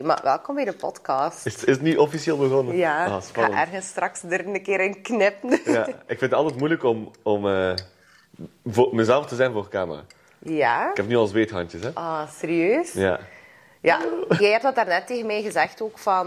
Maar welkom bij de podcast. Is het niet officieel begonnen? Ja, ik ga ergens straks er een keer in knippen. Ja, ik vind het altijd moeilijk om mezelf te zijn voor camera. Ja? Ik heb nu al zweethandjes, hè? Ah, serieus? Ja. Ja, jij hebt dat daarnet tegen mij gezegd ook, van,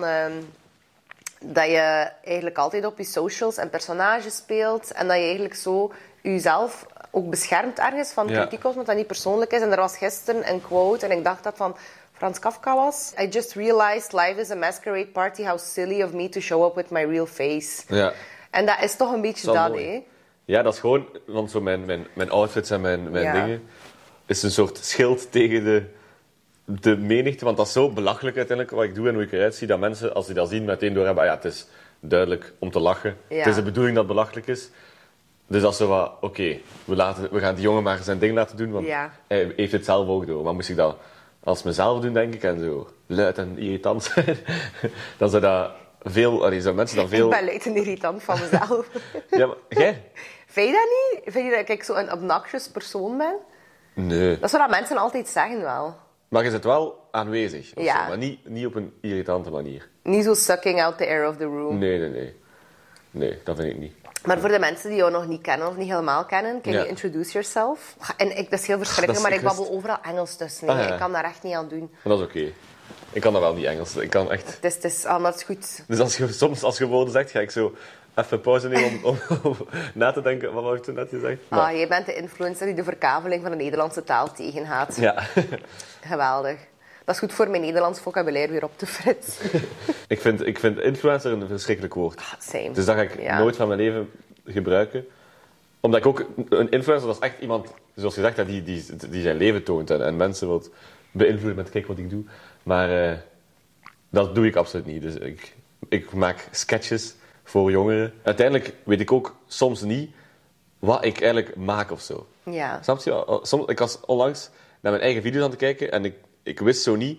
dat je eigenlijk altijd op je socials een personage speelt en dat je eigenlijk zo jezelf ook beschermt ergens van kritiek, want dat niet persoonlijk is. En er was gisteren een quote en ik dacht dat van Frans Kafka was. I just realized life is a masquerade party, how silly of me to show up with my real face. Ja. En dat is toch een beetje dat, hè? Ja, dat is gewoon, want zo mijn outfits en mijn dingen is een soort schild tegen de menigte. Want dat is zo belachelijk uiteindelijk wat ik doe en hoe ik eruit zie, dat mensen, als die dat zien, meteen doorhebben, het is duidelijk om te lachen. Ja. Het is de bedoeling dat het belachelijk is. Dus dat is zo wat, oké, we gaan die jongen maar zijn ding laten doen, want hij heeft het zelf ook door. Maar moest ik dat als mezelf doen, denk ik, en zo luid en irritant zijn, dan zou dat zou mensen dan veel... Ik ben luid en irritant van mezelf. Ja, maar jij? Vind je dat niet? Vind je dat ik zo een obnoxious persoon ben? Nee. Dat is wat mensen altijd zeggen wel. Maar je bent wel aanwezig, zo, Ja. maar niet op een irritante manier. Niet zo sucking out the air of the room. Nee. Nee, dat vind ik niet. Maar voor de mensen die jou nog niet kennen of niet helemaal kennen, can you introduce yourself? En dat is heel verschrikkelijk, maar ik babbel overal Engels tussen. Ah, ja. Ik kan daar echt niet aan doen. Maar dat is oké. Ik kan dat wel niet Engels. Ik kan echt... Het is maar het is goed. Dus als je woorden zegt, ga ik zo even pauze nemen om na te denken. Wat heb ik toen net gezegd? Maar... Jij bent de influencer die de verkaveling van de Nederlandse taal tegenhaat. Ja. Geweldig. Dat is goed voor mijn Nederlands vocabulaire weer op te fritsen. Ik vind influencer een verschrikkelijk woord. Same. Dus dat ga ik nooit van mijn leven gebruiken. Omdat ik ook... Een influencer, dat is echt iemand, zoals gezegd, die zijn leven toont en mensen wilt beïnvloeden met kijk wat ik doe. Maar dat doe ik absoluut niet. Dus ik maak sketches voor jongeren. Uiteindelijk weet ik ook soms niet wat ik eigenlijk maak of zo. Ja. Snap je? Ik was onlangs naar mijn eigen video's aan het kijken en ik wist zo niet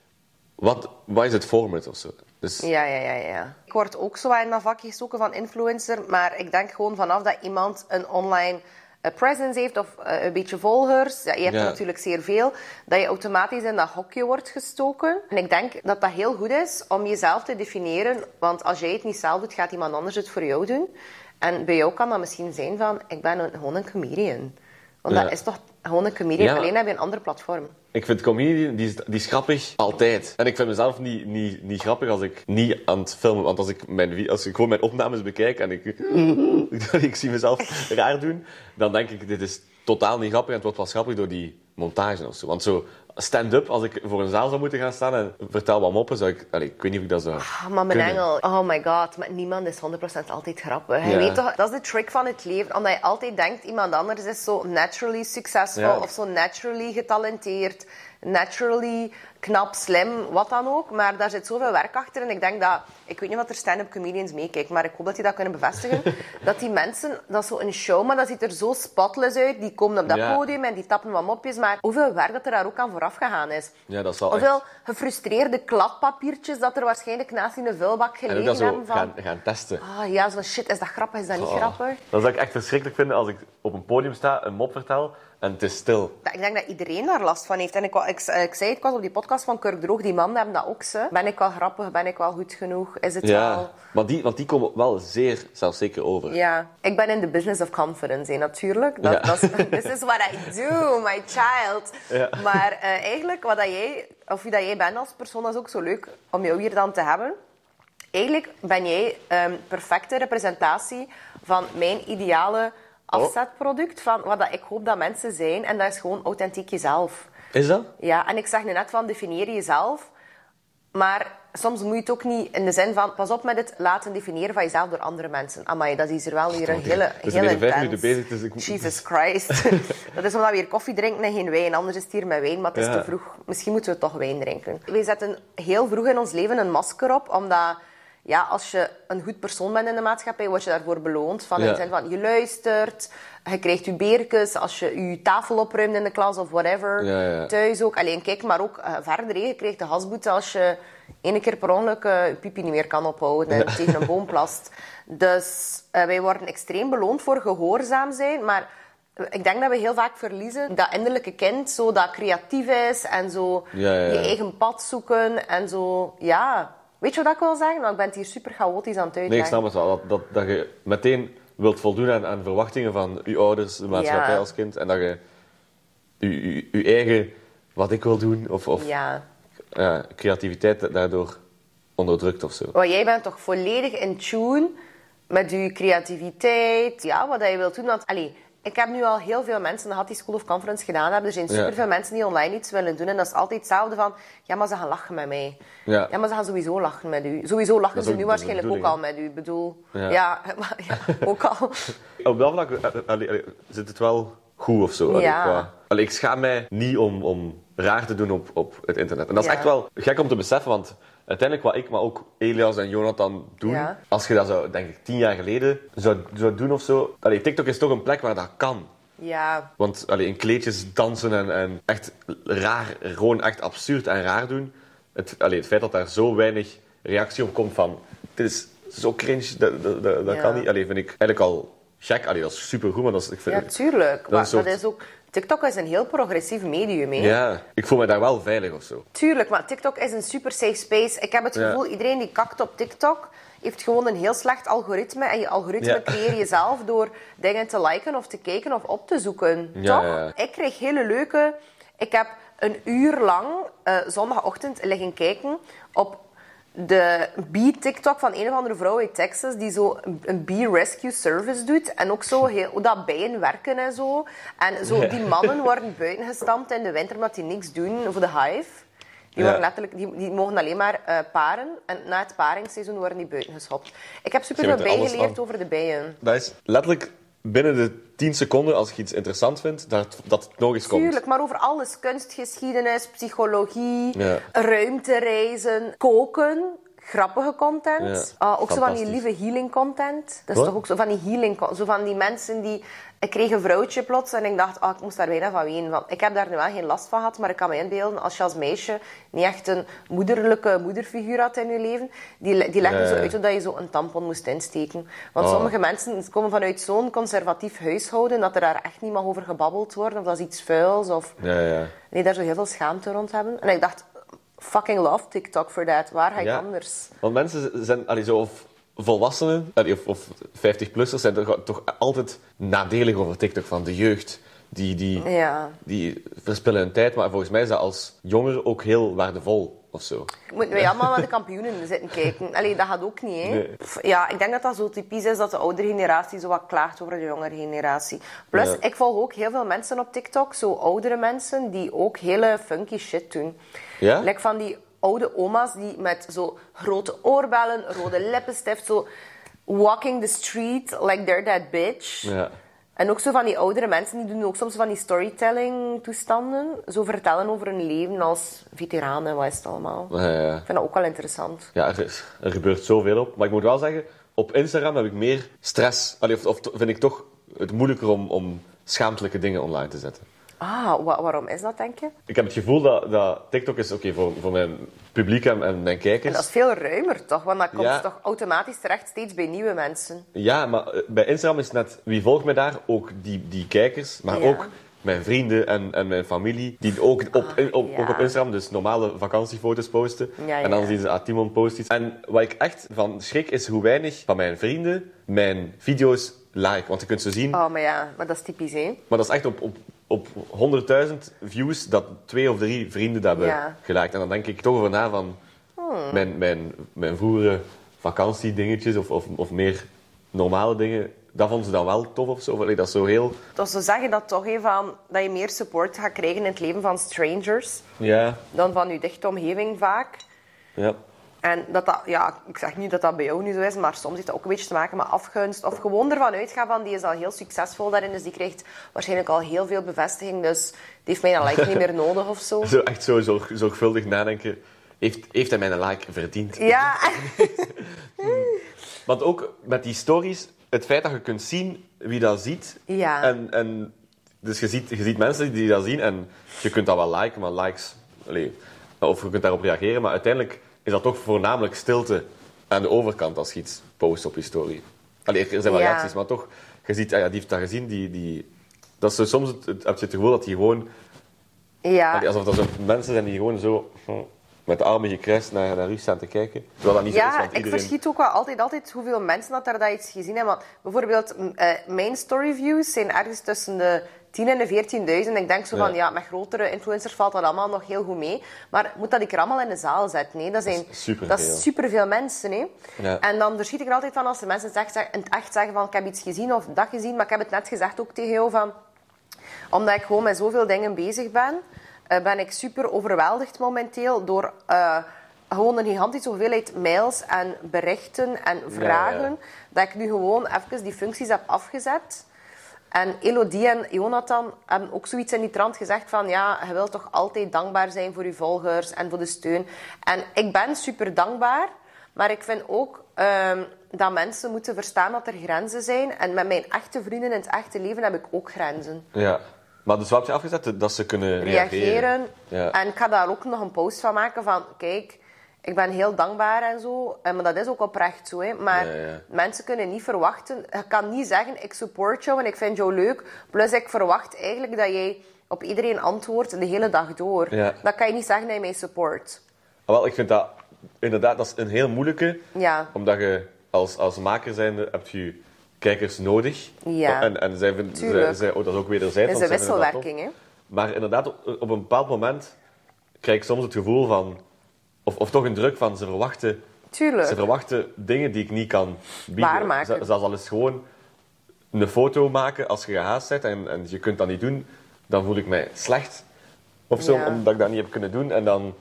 wat is het format of zo. Dus... Ja. Ik word ook zo in dat vakje gestoken van influencer, maar ik denk gewoon vanaf dat iemand een online presence heeft of een beetje volgers, je hebt er natuurlijk zeer veel, dat je automatisch in dat hokje wordt gestoken. En ik denk dat dat heel goed is om jezelf te definiëren, want als jij het niet zelf doet, gaat iemand anders het voor jou doen. En bij jou kan dat misschien zijn van, ik ben gewoon een comedian. Want dat is toch gewoon een comedian, alleen heb je een ander platform. Ik vind comedian, die is grappig altijd. En ik vind mezelf niet grappig als ik niet aan het filmen... Want als ik gewoon mijn opnames bekijk en ik zie mezelf raar doen, dan denk ik, dit is totaal niet grappig. En het wordt pas grappig door die montage of zo. Want zo stand-up, als ik voor een zaal zou moeten gaan staan en vertel wat moppen, zou ik... ik weet niet of ik dat zou maar mijn engel, oh my god, maar niemand is 100% altijd grappig. Je weet toch, dat is de trick van het leven. Omdat je altijd denkt, iemand anders is zo naturally succesvol of zo naturally getalenteerd, naturally knap, slim, wat dan ook. Maar daar zit zoveel werk achter. En ik denk dat... Ik weet niet wat er stand-up comedians meekijken, maar ik hoop dat die dat kunnen bevestigen. Dat die mensen... Dat is zo een show, maar dat ziet er zo spotless uit. Die komen op dat podium en die tappen wat mopjes. Maar hoeveel werk dat er daar ook aan vooraf gegaan is. Ja, dat is wel hoeveel gefrustreerde kladpapiertjes dat er waarschijnlijk naast in de vuilbak gelegen en hebben. Van... gaan testen. Ja, zo shit, is dat grappig, is dat niet grappig? Dat zou ik echt verschrikkelijk vinden als ik op een podium sta, een mop vertel en het is stil. Ik denk dat iedereen daar last van heeft. En ik zei, ik was op die podcast van Kurk Droog, die mannen hebben dat ook. Ben ik wel grappig? Ben ik wel goed genoeg? Is het wel... Want die komen wel zeer zelfzeker over. Ja, ik ben in de business of confidence, natuurlijk. This is what I do, my child. Ja. Maar eigenlijk, wie dat jij bent als persoon, dat is ook zo leuk om jou hier dan te hebben. Eigenlijk ben jij perfecte representatie van mijn ideale afzetproduct, van wat dat ik hoop dat mensen zijn. En dat is gewoon authentiek jezelf. Is dat? Ja, en ik zeg nu net van, definieer jezelf. Maar soms moet je het ook niet in de zin van... Pas op met het laten definiëren van jezelf door andere mensen. Amai, dat is er wel weer een hele intens. 5 minuten bezig, dus ik... Jesus Christ. Dat is omdat we hier koffie drinken en geen wijn. Anders is het hier met wijn, maar het is te vroeg. Misschien moeten we toch wijn drinken. We zetten heel vroeg in ons leven een masker op, omdat... Ja, als je een goed persoon bent in de maatschappij, word je daarvoor beloond. In de zin van, je luistert, je krijgt je beertjes als je je tafel opruimt in de klas of whatever. Thuis ook. Alleen kijk maar ook verder. Je krijgt de hasboete als je 1 keer per ongeluk je pipi niet meer kan ophouden en tegen een boom plast. Dus wij worden extreem beloond voor gehoorzaam zijn. Maar Ik denk dat we heel vaak verliezen dat innerlijke kind, zo dat creatief is en zo je eigen pad zoeken en zo, ja. Weet je wat ik wil zeggen? Want ik ben het hier super chaotisch aan het uitleggen. Nee, ik snap het wel. Dat je meteen wilt voldoen aan verwachtingen van je ouders, de maatschappij als kind. En dat je je eigen, wat ik wil doen, of creativiteit daardoor onderdrukt of zo. Maar jij bent toch volledig in tune met je creativiteit, ja, wat je wilt doen. Want, ik heb nu al heel veel mensen de Hattie School of Conference gedaan hebben. Er zijn superveel mensen die online iets willen doen. En dat is altijd hetzelfde van... Ja, maar ze gaan lachen met mij. Ja, maar ze gaan sowieso lachen met u. Sowieso lachen ze nu waarschijnlijk ook al met u. Ik bedoel... Ja, ook al. Op dat vlak zit het wel goed of zo. Ik schaam mij niet om raar te doen op het internet. En dat is echt wel gek om te beseffen, want... Uiteindelijk wat ik, maar ook Elias en Jonathan doen, als je dat zou, denk ik, 10 jaar geleden zou doen of zo... TikTok is toch een plek waar dat kan. Ja. Want in kleedjes dansen en echt raar, gewoon echt absurd en raar doen. Het feit dat daar zo weinig reactie op komt van... Dit is zo cringe, dat kan niet. Vind ik eigenlijk al gek. Dat is supergoed, maar dat is... Ja, tuurlijk. Dat is ook... TikTok is een heel progressief medium, hè? Ja, ik voel me daar wel veilig of zo. Tuurlijk, maar TikTok is een super safe space. Ik heb het gevoel, iedereen die kakt op TikTok heeft gewoon een heel slecht algoritme. En je algoritme creëer je zelf door dingen te liken of te kijken of op te zoeken. Toch? Ja. Ik kreeg hele leuke... Ik heb een uur lang zondagochtend liggen kijken op de bee-TikTok van een of andere vrouw uit Texas die zo een bee-rescue service doet. En ook zo hoe dat bijen werken en zo. En zo die mannen worden buiten gestampt in de winter omdat die niks doen voor de hive. Die, worden letterlijk, die mogen alleen maar paren. En na het paringsseizoen worden die buiten geschopt. Ik heb superveel bijgeleerd over de bijen. Dat is letterlijk binnen de 10 seconden, als je iets interessant vindt, dat het nog eens komt. Tuurlijk, maar over alles. Kunstgeschiedenis, psychologie, ruimtereizen, koken, grappige content. Ook zo van die lieve healing content. Dat is toch ook zo van die healing... Zo van die mensen die... Ik kreeg een vrouwtje plots en ik dacht, ik moest daar bijna van ween. Want ik heb daar nu wel geen last van gehad, maar ik kan me inbeelden, als je als meisje niet echt een moederlijke moederfiguur had in je leven, die legde zo uit dat je zo een tampon moest insteken. Want sommige mensen komen vanuit zo'n conservatief huishouden dat er daar echt niet mag over gebabbeld worden, of dat is iets vuils, of... Die daar zo heel veel schaamte rond hebben. En ik dacht, fucking love TikTok for that. Waar ga ik anders? Want mensen zijn zo... Volwassenen, of 50-plussers, zijn toch altijd nadelig over TikTok van de jeugd. Die verspillen hun tijd, maar volgens mij is dat als jonger ook heel waardevol of zo. Moeten wij allemaal naar de kampioenen zitten kijken? Dat gaat ook niet, hè? Nee. Ik denk dat dat zo typisch is dat de oudere generatie zo wat klaagt over de jongere generatie. Plus, ik volg ook heel veel mensen op TikTok, zo oudere mensen, die ook hele funky shit doen. Ja? Like van die oude oma's die met zo grote oorbellen, rode lippenstift, zo walking the street like they're that bitch. Ja. En ook zo van die oudere mensen, die doen ook soms van die storytelling-toestanden. Zo vertellen over hun leven als veteranen en wat is het allemaal. Ja. Ik vind dat ook wel interessant. Ja, er gebeurt zoveel op. Maar ik moet wel zeggen, op Instagram heb ik meer stress. Of vind ik toch het moeilijker om schaamtelijke dingen online te zetten. Waarom is dat, denk je? Ik heb het gevoel dat TikTok is voor mijn publiek en mijn kijkers. En dat is veel ruimer, toch? Want dat komt toch automatisch terecht steeds bij nieuwe mensen. Ja, maar bij Instagram is het net... Wie volgt mij daar? Ook die kijkers, maar ook mijn vrienden en mijn familie. Die ook op Instagram dus normale vakantiefoto's posten. En dan zien ze, Timon post iets. En wat ik echt van schrik, is hoe weinig van mijn vrienden mijn video's like. Want je kunt ze zien... maar dat is typisch, hè? Maar dat is echt op 100.000 views dat 2 of 3 vrienden dat hebben geliked. En dan denk ik toch over na van mijn vroegere vakantiedingetjes of meer normale dingen. Dat vonden ze dan wel tof of zo. Dat is zo heel... Dus ze zeggen dat toch even dat je meer support gaat krijgen in het leven van strangers dan van je dichte omgeving vaak. Ja. En ik zeg niet dat dat bij jou nu zo is, maar soms heeft dat ook een beetje te maken met afgunst. Of gewoon ervan uitgaan van, die is al heel succesvol daarin, dus die krijgt waarschijnlijk al heel veel bevestiging, dus die heeft mijn like niet meer nodig of zo. Echt zo zorgvuldig nadenken. Heeft hij mijn like verdiend? Ja. Want ook met die stories, het feit dat je kunt zien wie dat ziet. Ja. En dus je ziet mensen die dat zien en je kunt dat wel liken, maar likes... of je kunt daarop reageren, maar uiteindelijk is dat toch voornamelijk stilte aan de overkant als je iets post op je story. Er zijn wel reacties, maar toch, je ziet, die heeft dat gezien, Dat is zo, soms heb je het gevoel dat die gewoon... Ja. Alsof dat zo mensen zijn die gewoon zo... met de armen gekruist naar u staan te kijken. Terwijl dat niet zo is, want iedereen... ik verschiet ook wel altijd hoeveel mensen dat daar dat iets gezien hebben. Want bijvoorbeeld, mijn storyviews zijn ergens tussen de 10.000 en de 14.000. Ik denk zo van, met grotere influencers valt dat allemaal nog heel goed mee. Maar moet dat ik er allemaal in de zaal zetten? Nee? Dat is superveel mensen. Hè? Ja. En dan verschiet ik er altijd van als de mensen in het echt zeggen van, ik heb iets gezien of dat gezien. Maar ik heb het net gezegd ook tegen jou van... Omdat ik gewoon met zoveel dingen bezig ben ik super overweldigd momenteel door gewoon een gigantische hoeveelheid mails en berichten en vragen. Dat ik nu gewoon even die functies heb afgezet. En Elodie en Jonathan hebben ook zoiets in die trant gezegd van je wilt toch altijd dankbaar zijn voor je volgers en voor de steun. En ik ben super dankbaar, maar ik vind ook dat mensen moeten verstaan dat er grenzen zijn. En met mijn echte vrienden in het echte leven heb ik ook grenzen. Ja. Maar dus wat heb je afgezet? Dat ze kunnen reageren. Ja. En ik ga daar ook nog een post van maken van... Kijk, ik ben heel dankbaar en zo. Maar dat is ook oprecht zo. Hè. Maar mensen kunnen niet verwachten... Je kan niet zeggen, ik support jou en ik vind jou leuk. Plus ik verwacht eigenlijk dat jij op iedereen antwoordt de hele dag door. Ja. Dat kan je niet zeggen dat je mij support. Wel, ik vind dat... Inderdaad, dat is een heel moeilijke. Ja. Omdat je als maker zijnde heb je... kijkers nodig. Ja. En zij dat is ook wederzijds. Het is een wisselwerking, hè? Maar inderdaad, op een bepaald moment krijg ik soms het gevoel van... Of toch een druk van, ze verwachten dingen die ik niet kan bieden. Waarmaken. Zelfs al eens gewoon een foto maken als je gehaast bent en je kunt dat niet doen, dan voel ik mij slecht. Of zo, omdat ik dat niet heb kunnen doen. En dan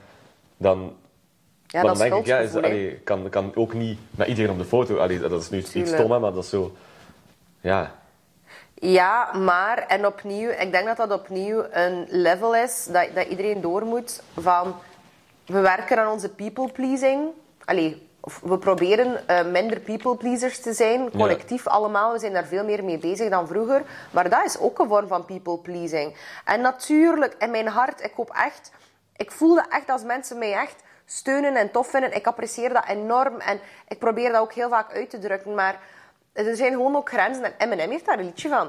denk ik, kan ook niet met iedereen op de foto. Dat is nu iets stom, hè, maar dat is zo... Ja. Ja, maar, en opnieuw, ik denk dat dat opnieuw een level is dat iedereen door moet van... We werken aan onze people-pleasing. We proberen minder people-pleasers te zijn, collectief allemaal. We zijn daar veel meer mee bezig dan vroeger. Maar dat is ook een vorm van people-pleasing. En natuurlijk, in mijn hart, ik voel dat echt als mensen mij echt steunen en tof vinden. Ik apprecieer dat enorm en ik probeer dat ook heel vaak uit te drukken. Maar er zijn gewoon ook grenzen. En Eminem heeft daar een liedje van.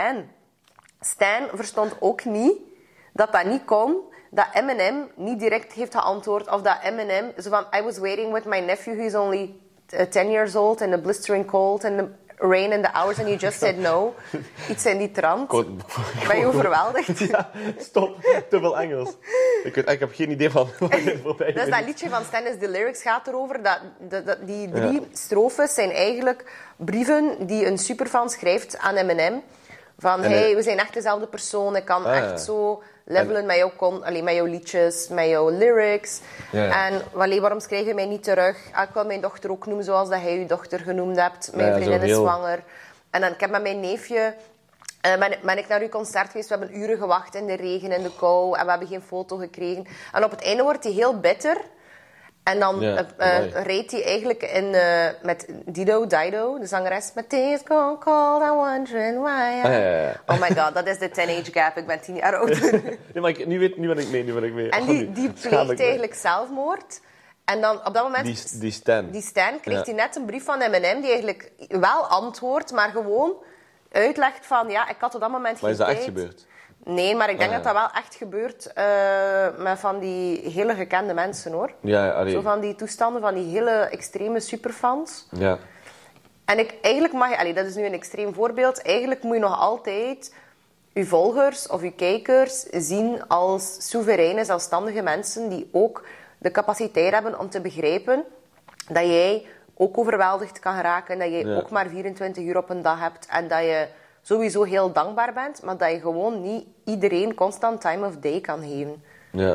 Stan verstond ook niet dat niet kon. Dat Eminem niet direct heeft geantwoord. Of dat Eminem zo van... I was waiting with my nephew who's only 10 years old. In the blistering cold. And the rain and the hours. And you just said no. Iets in die trant. Ben je overweldigd? Ja, stop. Te veel Engels. Ik heb geen idee van wat er voorbij is. Dat liedje van Stan is de lyrics gaat erover. Dat die 3 strofes zijn eigenlijk brieven die een superfan schrijft aan Eminem. Van, hey, we zijn echt dezelfde persoon. Ik kan echt zo levelen met jouw liedjes, met jouw lyrics. Ja. En waarom schrijf je mij niet terug? Ik wil mijn dochter ook noemen zoals dat jij je dochter genoemd hebt. Mijn vriendin is zwanger. En dan, ik heb met mijn neefje... ben ik naar uw concert geweest. We hebben uren gewacht in de regen, in de kou. En we hebben geen foto gekregen. En op het einde wordt hij heel bitter. En dan reed hij eigenlijk met Dido, de zangeres, met Days Gone Cold, I'm wondering why. Oh my god, dat is de teenage gap. Ik ben 10 jaar ouder. Nee, maar nu ben ik mee. En die pleegt eigenlijk zelfmoord. En dan op dat moment... Die Stan kreeg hij net een brief van Eminem die eigenlijk wel antwoordt, maar gewoon uitlegt van, ik had op dat moment geen tijd. Maar is dat echt gebeurd? Nee, maar ik denk dat dat wel echt gebeurt met van die hele gekende mensen, hoor. Ja, zo van die toestanden van die hele extreme superfans. Ja. En dat is nu een extreem voorbeeld, eigenlijk moet je nog altijd je volgers of je kijkers zien als soevereine, zelfstandige mensen die ook de capaciteit hebben om te begrijpen dat jij ook overweldigd kan geraken, dat jij ook maar 24 uur op een dag hebt en dat je sowieso heel dankbaar bent, maar dat je gewoon niet iedereen constant time of day kan geven. Ja.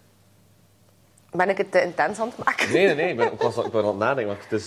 Ben ik het te intens aan het maken? Nee. Ik ben aan het nadenken, want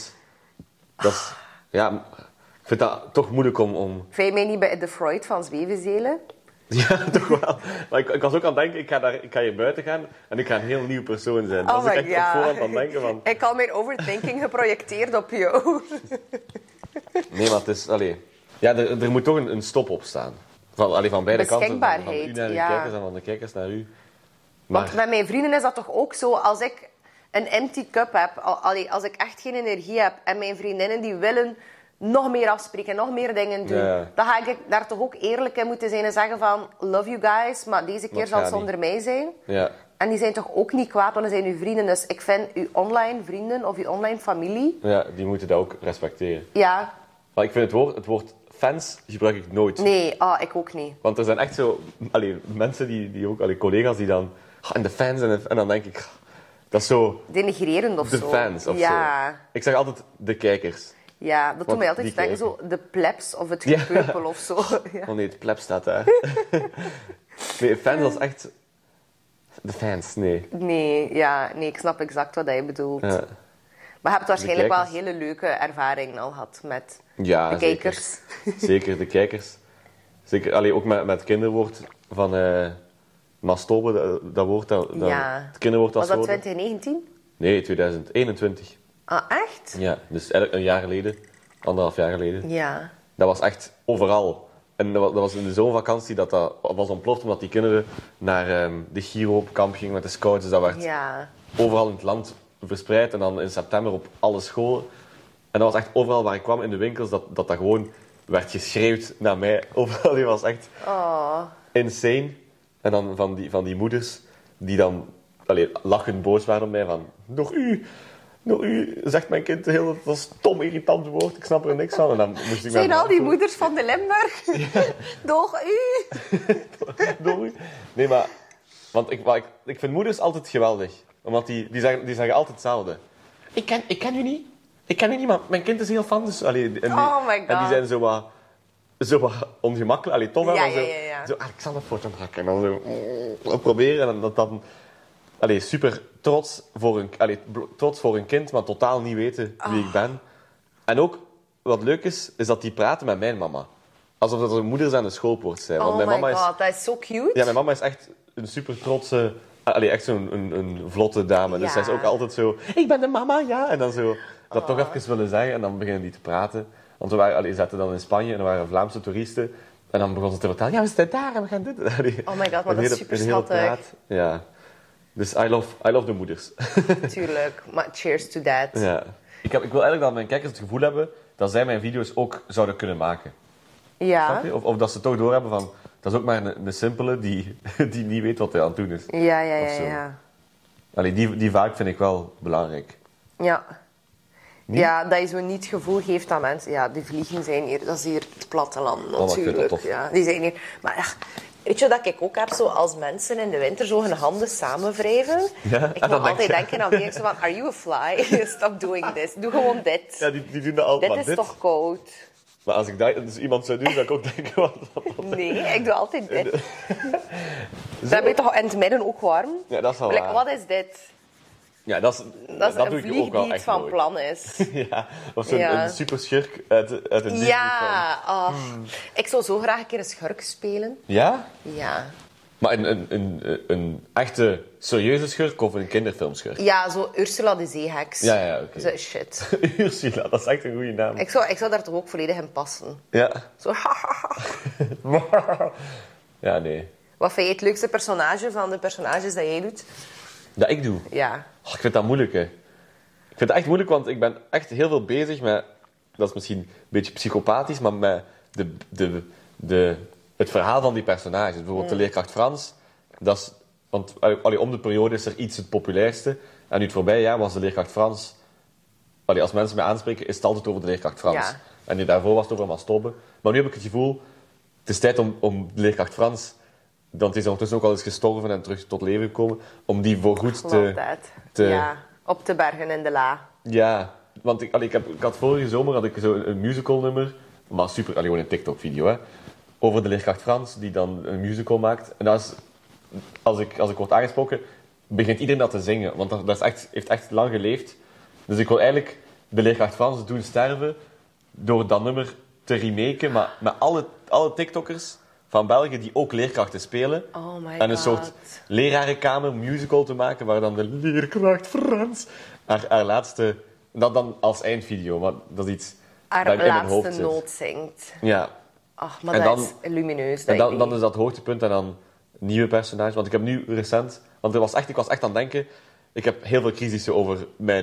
ik vind dat toch moeilijk om... Vind je mij niet bij de Freud van Zwevenzelen? Ja, toch wel. Maar ik was ook aan het denken, ik ga hier buiten gaan en ik ga een heel nieuw persoon zijn. Dat is echt op voorhand aan het denken van... Ik had mijn overthinking geprojecteerd op jou. Nee, maar het is... Ja, er moet toch een stop op staan. Van beide kanten. Van u naar de kijkers en van de kijkers naar u. Maar... Want met mijn vrienden is dat toch ook zo. Als ik een empty cup heb, als ik echt geen energie heb en mijn vriendinnen die willen nog meer afspreken, nog meer dingen doen. Ja. Dan ga ik daar toch ook eerlijk in moeten zijn en zeggen van... Love you guys, maar deze keer zal het zonder mij zijn. Ja. En die zijn toch ook niet kwaad, want dat zijn uw vrienden. Dus ik vind uw online vrienden of uw online familie... Ja, die moeten dat ook respecteren. Ja. Maar ik vind het woord fans gebruik ik nooit. Nee, ik ook niet. Want er zijn echt zo... mensen die ook... collega's die dan... en de fans en dan denk ik... Dat is zo... Denigrerend of de zo. fans of ja. zo. Ik zeg altijd de kijkers. Ja, dat doet mij altijd denken, zo de plebs of het gepeupel of zo. Ja. Oh nee, het pleb staat daar. Nee, fans, dat is echt... De fans, nee. Nee, ik snap exact wat je bedoelt. Ja. Maar je hebt waarschijnlijk wel kijkers. hele leuke ervaringen al gehad met Ja, de kijkers. Zeker, de kijkers. Zeker, ook met het kinderwoord van masturben, dat woord. Het kinderwoord Was dat woord. 2019? Nee, 2021. Ah, echt? Ja, dus eigenlijk een jaar geleden, 1,5 jaar geleden. Ja. Dat was echt overal. En dat was in de zomervakantie dat was ontploft, omdat die kinderen naar de Giro-kamp gingen met de scouts. Dus dat werd overal in het land verspreid. En dan in september op alle scholen. En dat was echt overal waar ik kwam in de winkels, dat gewoon werd geschreeuwd naar mij. Overal, die was echt insane. En dan van die moeders die dan lachend boos waren op mij van... Door u zegt mijn kind heel dat stom, irritant woord. Ik snap er niks van. En dan moest ik zijn al die moeders van de Limburg? Ja. Door u? Door u? Nee, maar... Want ik vind moeders altijd geweldig. Omdat die zeggen altijd hetzelfde. Ik ken u niet. Ik ken u niet, maar mijn kind is heel fan. Dus, oh my god. En die zijn zo wat ongemakkelijk. Tof, ja, zo, ik zal dat foto maken. En dan zo... proberen. En dan... super trots voor een kind, maar totaal niet weten wie ik ben. En ook, wat leuk is dat die praten met mijn mama. Alsof dat hun moeders aan de schoolpoort zijn. Want mijn mama god, dat is zo cute. Ja, mijn mama is echt een super trotse... echt zo'n een vlotte dame. Ja. Dus zij is ook altijd zo... Ik ben de mama, ja. En dan zo dat toch even willen zeggen. En dan beginnen die te praten. Want we zaten dan in Spanje en er waren Vlaamse toeristen. En dan begon ze te vertellen... Ja, we zitten daar en we gaan dit. Oh my god, maar dat is super schattig. Ja. Dus I love de moeders. Tuurlijk, maar cheers to that. Ja. Ik wil eigenlijk dat mijn kijkers het gevoel hebben dat zij mijn video's ook zouden kunnen maken. Ja. Snap je? Of dat ze toch doorhebben van... Dat is ook maar een simpele die niet weet wat hij aan het doen is. Ja. Die vaak vind ik wel belangrijk. Ja. Niet? Ja, dat je zo niet het gevoel geeft aan mensen... Ja, die vliegen zijn hier... Dat is hier het platteland natuurlijk. Ik vind dat tof. Ja, die zijn hier... Maar ja, weet je dat ik ook heb? Zo als mensen in de winter zo hun handen samenwrijven. Ja? Ik moet altijd denken aan die zo van... Are you a fly? Stop doing this. Doe gewoon dit. Ja, die doen dat altijd. Dit is toch koud? Maar als ik dat dus iemand zou doen, zou ik ook denken... Wat. Nee, ik doe altijd dit. Dan ben je toch in het midden ook warm? Ja, dat is wel waar. Wat is dit? Ja, dat een doe ik vlieg ook wel die echt het van nooit. plan is. Ja, of zo'n super schurk uit een Disney-film. Ja, ik zou zo graag een keer een schurk spelen. Ja? Ja. Maar een echte serieuze schurk of een kinderfilmschurk? Ja, zo Ursula de Zeeheks. Ja, oké. Zo shit. Ursula, dat is echt een goede naam. Ik zou daar toch ook volledig in passen. Ja. Zo Ja, nee. Wat vind je het leukste personage van de personages dat jij doet? Dat ik doe? Ja. Ik vind dat moeilijk, hè. Ik vind het echt moeilijk, want ik ben echt heel veel bezig met... Dat is misschien een beetje psychopathisch, maar met het verhaal van die personages. Bijvoorbeeld de leerkracht Frans. Dat is... Want om de periode is er iets het populairste. En nu het voorbije jaar was de leerkracht Frans... als mensen mij aanspreken, is het altijd over de leerkracht Frans. Ja. En daarvoor was het over Masturben. Maar nu heb ik het gevoel... Het is tijd om de leerkracht Frans... Want die is ondertussen ook al eens gestorven en terug tot leven gekomen. Om die voorgoed Ja, op te bergen in de la. Ja, want ik had vorige zomer had ik zo een musicalnummer. Maar super, gewoon een TikTok-video, hè. Over de leerkracht Frans, die dan een musical maakt. En dat is, als ik word aangesproken, begint iedereen dat te zingen. Want dat heeft echt lang geleefd. Dus ik wil eigenlijk de leerkracht Frans doen sterven door dat nummer te remaken. Maar met alle TikTokkers van België die ook leerkrachten spelen. Oh my god. En een soort lerarenkamer musical te maken, waar dan de leerkracht Frans haar laatste... Dat dan als eindvideo, maar dat is iets haar dat in mijn hoofd laatste zit. noot zingt. Ja. Ach, maar En dat dan, is lumineus. En dan is dat hoogtepunt en dan nieuwe personages. Want ik heb nu recent... Want ik was echt aan het denken... Ik heb heel veel crisissen over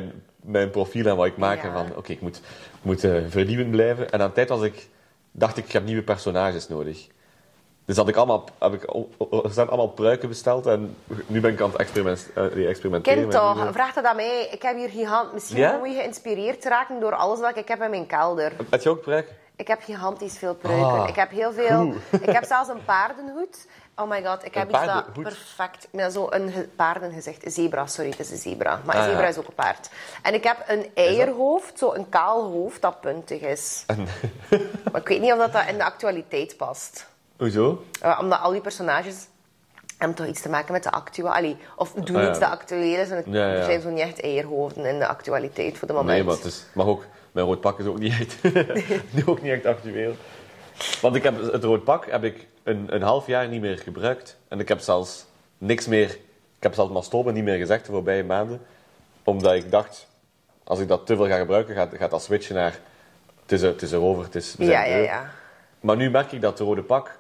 mijn profiel en wat ik maak. En van, oké, ik moet vernieuwend blijven. En aan de tijd dacht ik heb nieuwe personages nodig. Dus er zijn allemaal pruiken besteld en nu ben ik aan het experimenteren. Kind toch, vraag dat aan mij. Ik heb hier misschien moet je geïnspireerd raken door alles wat ik heb in mijn kelder. Heb je ook pruiken? Ik heb gigantisch veel pruiken. Ik heb heel veel... Ik heb zelfs een paardenhoed. Oh my god, ik heb iets dat perfect... Met zo'n paardengezicht. Zebra, sorry, het is een zebra. Maar een zebra is ook een paard. En ik heb een eierhoofd, zo'n kaal hoofd dat puntig is. Maar ik weet niet of dat in de actualiteit past. Hoezo? Omdat al die personages hebben toch iets te maken met de actualiteit. Of doen iets dat actueel is. En er zijn zo niet echt eierhoofden in de actualiteit voor de moment. Nee, maar het mag ook... Mijn rood pak is ook niet echt, ook niet echt actueel. Want het rood pak heb ik een half jaar niet meer gebruikt. En ik heb zelfs niks meer... Ik heb zelfs mastomen niet meer gezegd de voorbije maanden. Omdat ik dacht, als ik dat te veel ga gebruiken, gaat dat switchen naar... Het is erover, we zijn ja. Maar nu merk ik dat het rode pak...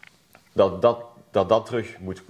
Dat terug moet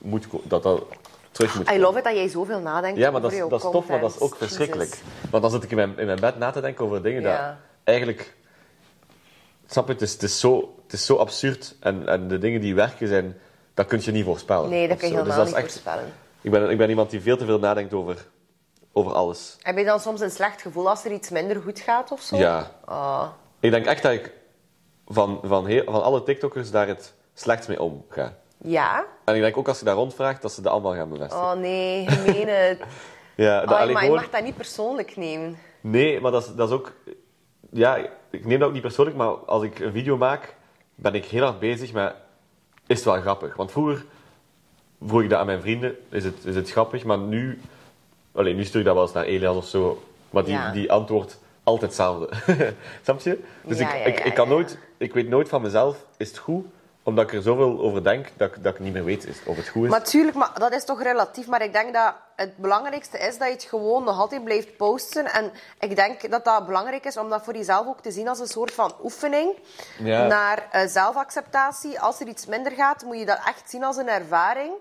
I love it dat jij zoveel nadenkt maar dat is tof, maar dat is ook verschrikkelijk. Want dan zit ik in mijn bed na te denken over dingen dat eigenlijk... Snap je, het is zo absurd. En de dingen die werken zijn, dat kun je niet voorspellen. Nee, dat kun je helemaal niet voorspellen. Ik ben iemand die veel te veel nadenkt over alles. Heb je dan soms een slecht gevoel als er iets minder goed gaat of zo? Ja. Oh. Ik denk echt dat ik van alle TikTokkers daar het slechtst mee omga. Ja? En ik denk ook als je daar rondvraagt, dat ze dat allemaal gaan bevestigen. Oh nee, je meen het. Maar je mag dat niet persoonlijk nemen. Nee, maar dat is ook... Ja, ik neem dat ook niet persoonlijk, maar als ik een video maak, ben ik heel hard bezig met... Is het wel grappig? Want vroeger vroeg ik dat aan mijn vrienden, is het grappig? Maar nu stuur ik dat wel eens naar Elias of zo. Maar die antwoordt altijd hetzelfde. Snap je? Dus ik weet nooit van mezelf, is het goed? Omdat ik er zoveel over denk, dat ik niet meer weet of het goed is. Maar tuurlijk, maar dat is toch relatief. Maar ik denk dat het belangrijkste is dat je het gewoon nog altijd blijft posten. En ik denk dat dat belangrijk is om dat voor jezelf ook te zien als een soort van oefening. Naar zelfacceptatie. Als er iets minder gaat, moet je dat echt zien als een ervaring.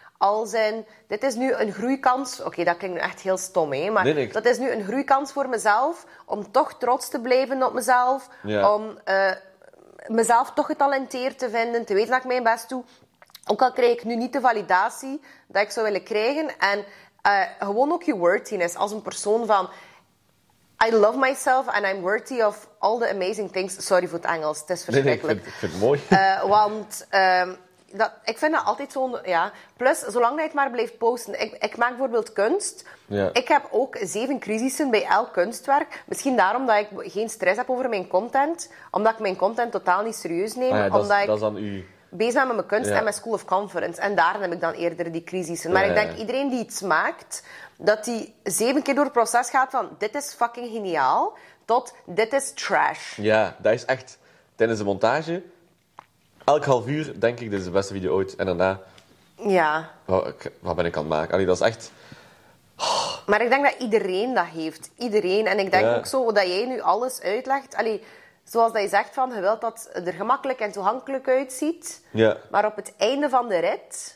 Dit is nu een groeikans. Oké, dat klinkt nu echt heel stom, hè? Maar dat is nu een groeikans voor mezelf. Om toch trots te blijven op mezelf. Ja. Om... mezelf toch getalenteerd te vinden, te weten dat ik mijn best doe. Ook al krijg ik nu niet de validatie dat ik zou willen krijgen. En gewoon ook je worthiness als een persoon van... I love myself and I'm worthy of all the amazing things. Sorry voor het Engels, het is verschrikkelijk. Ik vind het mooi. Want... ik vind dat altijd zo'n... Ja. Plus, zolang je het maar blijft posten. Ik maak bijvoorbeeld kunst. Ja. Ik heb ook 7 crisissen bij elk kunstwerk. Misschien daarom dat ik geen stress heb over mijn content. Omdat ik mijn content totaal niet serieus neem. Dat is dan u... bezig ben met mijn kunst en mijn School of Conference. En daar heb ik dan eerder die crisissen. Maar ik denk, iedereen die iets maakt... dat die 7 keer door het proces gaat van... dit is fucking geniaal. Tot dit is trash. Ja, dat is echt... Tijdens de montage... Elk half uur denk ik, dit is de beste video ooit. En daarna... Ja. Wat ben ik aan het maken? Allee, dat is echt... Maar ik denk dat iedereen dat heeft. Iedereen. En ik denk ook zo dat jij nu alles uitlegt. Allee, zoals dat je zegt, van, je wilt dat het er gemakkelijk en toegankelijk uitziet. Ja. Maar op het einde van de rit...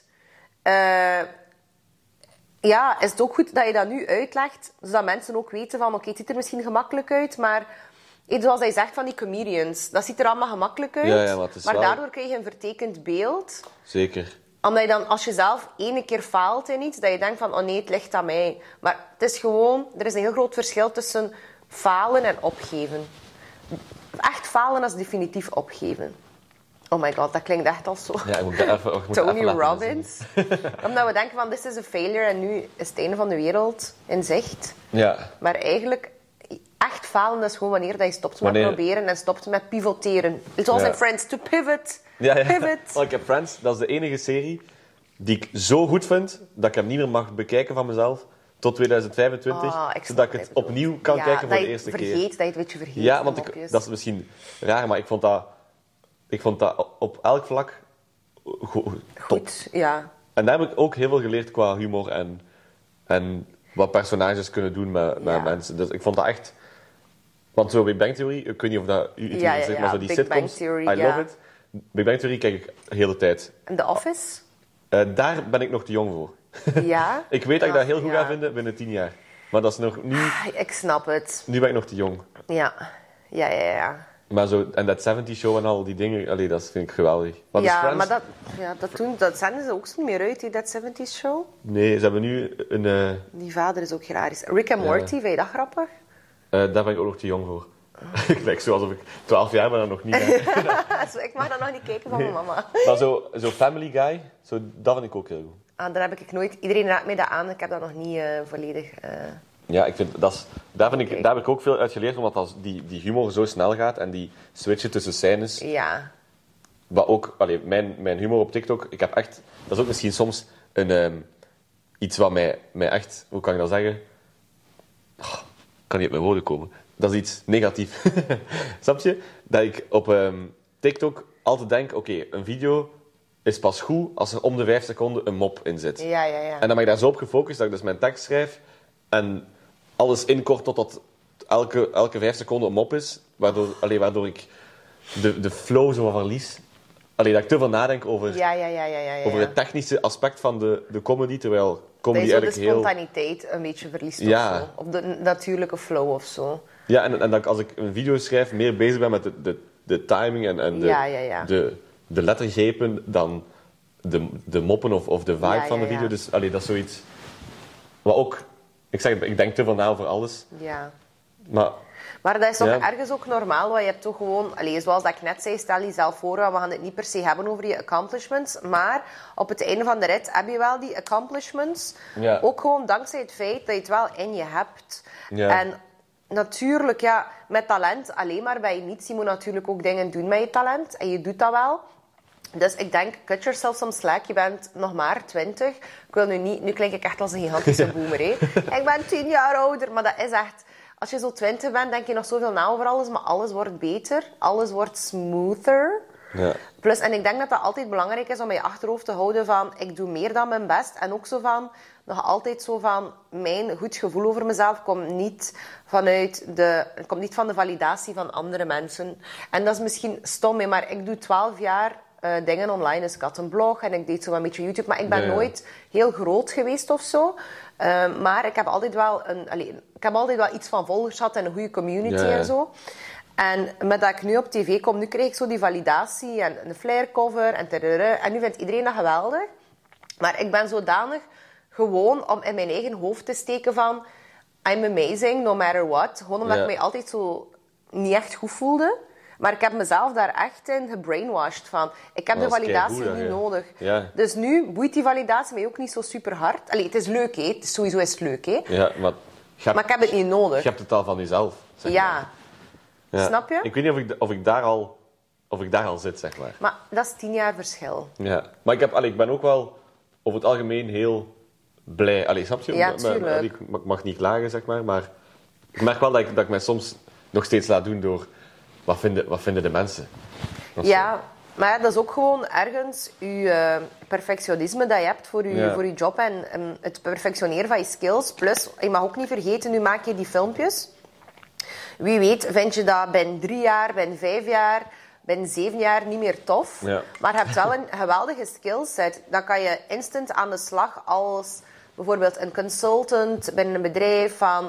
is het ook goed dat je dat nu uitlegt. Zodat mensen ook weten van... Oké, het ziet er misschien gemakkelijk uit, maar... Zoals hij zegt van die comedians. Dat ziet er allemaal gemakkelijk uit. Maar daardoor krijg je een vertekend beeld. Zeker. Omdat je dan, als je zelf 1 keer faalt in iets, dat je denkt van, oh nee, het ligt aan mij. Maar het is gewoon... Er is een heel groot verschil tussen falen en opgeven. Echt falen is definitief opgeven. Oh my god, dat klinkt echt al zo... Ja, ik moet even Tony Robbins. Omdat we denken van, this is a failure en nu is het einde van de wereld in zicht. Ja. Maar eigenlijk... Echt falen is gewoon wanneer dat je stopt met proberen en stopt met pivoteren. Zoals in Friends, to pivot. Pivot. Ik heb Friends, dat is de enige serie die ik zo goed vind dat ik hem niet meer mag bekijken van mezelf tot 2025. Zodat ik het opnieuw kan kijken voor de eerste keer. Dat je het een beetje vergeet. Ja, want dat is misschien raar, maar ik vond dat op elk vlak top. Ja. En daar heb ik ook heel veel geleerd qua humor en wat personages kunnen doen met mensen. Dus ik vond dat echt... Want zo Big Bang Theory, ik weet niet of dat u iets zegt, maar zo die Big sitcoms, Bang Theory, I love it. Big Bang Theory kijk ik de hele tijd. En The Office? Daar ben ik nog te jong voor. Ja? Ik weet dat ik dat heel goed ga vinden binnen 10 jaar. Maar dat is nog nu... Ik snap het. Nu ben ik nog te jong. Ja. Maar zo, en dat 70 show en al die dingen, allee, dat vind ik geweldig. Maar maar dat zenden ze ook niet meer uit, die That 70's Show. Nee, ze hebben nu een... Die vader is ook hilarisch. Rick and Morty, vind je dat grappig? Daar ben ik ook nog te jong voor. Ik lijk zo alsof ik 12 jaar ben en nog niet. Ik mag dat nog niet kijken van mijn mama. Maar zo Family Guy, dat vind ik ook heel goed. Daar heb ik nooit... Iedereen raadt mij dat aan, ik heb dat nog niet volledig... Ja, ik vind, daar heb ik ook veel uit geleerd, omdat die humor zo snel gaat en die switchen tussen scènes. Ja. Maar ook, mijn humor op TikTok, ik heb echt... Dat is ook misschien soms iets wat mij echt... Hoe kan ik dat zeggen? Ik kan niet uit mijn woorden komen. Dat is iets negatiefs. Snap je? Dat ik op TikTok altijd denk, oké, een video is pas goed als er om de 5 seconden een mop in zit. Ja. En dan ben ik daar zo op gefocust dat ik dus mijn tekst schrijf en alles inkort totdat elke 5 seconden een mop is, waardoor ik de flow zo verlies. Dat ik te veel nadenk over het technische aspect van de comedy, terwijl comedy dat je eigenlijk de spontaniteit een beetje verliest of zo. Of de natuurlijke flow of zo. Ja, en dat ik als ik een video schrijf meer bezig ben met de timing en de lettergrepen dan de moppen of de vibe van de video. Dus dat is zoiets... Maar ook... Ik denk te veel na over alles. Ja. Maar dat is toch ergens ook normaal, want je hebt toch gewoon... zoals dat ik net zei, stel jezelf voor, we gaan het niet per se hebben over je accomplishments, maar op het einde van de rit heb je wel die accomplishments. Ja. Ook gewoon dankzij het feit dat je het wel in je hebt. Ja. En natuurlijk, met talent alleen maar ben je niet. Je moet natuurlijk ook dingen doen met je talent. En je doet dat wel. Dus ik denk, cut yourself some slack. Je bent nog maar 20. Ik wil nu klink ik echt als een gigantische boomer. Hè. Ik ben 10 jaar ouder, maar dat is echt... Als je zo 20 bent, denk je nog zoveel na over alles, maar alles wordt beter. Alles wordt smoother. Ja. Plus, en ik denk dat dat altijd belangrijk is om in je achterhoofd te houden van... Ik doe meer dan mijn best. En ook zo van... Nog altijd zo van... Mijn goed gevoel over mezelf komt niet van de validatie van andere mensen. En dat is misschien stom, hè, maar ik doe 12 jaar... dingen online. Dus ik had een blog en ik deed zo een beetje YouTube. Maar ik ben nooit heel groot geweest of zo. Maar ik heb altijd wel iets van volgers gehad en een goede community en zo. En met dat ik nu op tv kom, nu krijg ik zo die validatie en een flyercover en nu vindt iedereen dat geweldig. Maar ik ben zodanig gewoon om in mijn eigen hoofd te steken van I'm amazing, no matter what. Gewoon omdat ik mij altijd zo niet echt goed voelde. Maar ik heb mezelf daar echt in gebrainwashed van. Ik heb de validatie niet nodig. Ja. Dus nu boeit die validatie mij ook niet zo super hard. Het is leuk, hè. Sowieso is het leuk, hè. Ja, maar ik heb het niet nodig. Je hebt het al van jezelf, zeg maar. Ja. Snap je? Ik weet niet of ik daar al zit, zeg maar. Maar dat is 10 jaar verschil. Ja. Maar ik ben ook wel over het algemeen heel blij. Snap je? Ja, tuurlijk. Ik mag niet klagen, zeg maar. Maar ik merk wel dat ik mij soms nog steeds laat doen door... Wat vinden de mensen? Ja, maar dat is ook gewoon ergens je perfectionisme dat je hebt voor je job en het perfectioneren van je skills. Plus, je mag ook niet vergeten, nu maak je die filmpjes. Wie weet vind je dat binnen 3 jaar, binnen 5 jaar, binnen 7 jaar niet meer tof. Ja. Maar je hebt wel een geweldige skillset. Dan kan je instant aan de slag als... Bijvoorbeeld een consultant binnen een bedrijf van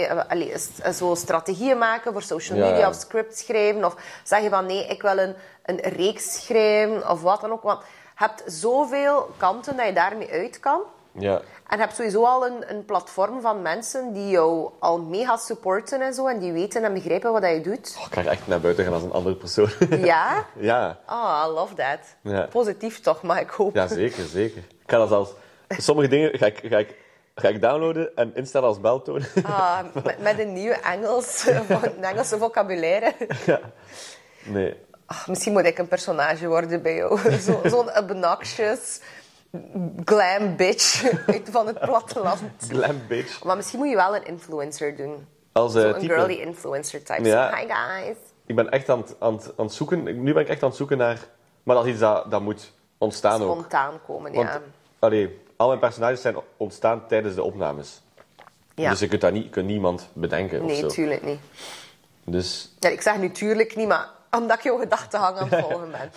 zo strategieën maken voor social media of scripts schrijven. Of zeg je van nee, ik wil een reeks schrijven of wat dan ook. Want je hebt zoveel kanten dat je daarmee uit kan. Ja. En je hebt sowieso al een platform van mensen die jou al mega supporten en zo. En die weten en begrijpen wat je doet. Ik ga echt naar buiten gaan als een andere persoon. Ja? Ja. Oh, I love that. Ja. Positief toch, maar ik hoop. Ja, zeker. Ik ga dat zelfs... Sommige dingen ga ik downloaden en instellen als beltoon. Met een nieuwe Engelse vocabulaire. Ja. Nee. Misschien moet ik een personage worden bij jou. Zo'n obnoxious glam bitch van het platteland. Glam bitch. Maar misschien moet je wel een influencer doen. Een girly influencer type. Ja. Hi guys. Ik ben echt aan het zoeken. Nu ben ik echt aan het zoeken naar... Maar dat is iets dat moet ontstaan ook. Spontaan komen, ja. Want, al mijn personages zijn ontstaan tijdens de opnames. Ja. Dus je kunt niemand bedenken. Nee, natuurlijk niet. Dus... Ja, ik zeg natuurlijk niet, maar omdat ik jouw gedachtegang aan het volgen ben.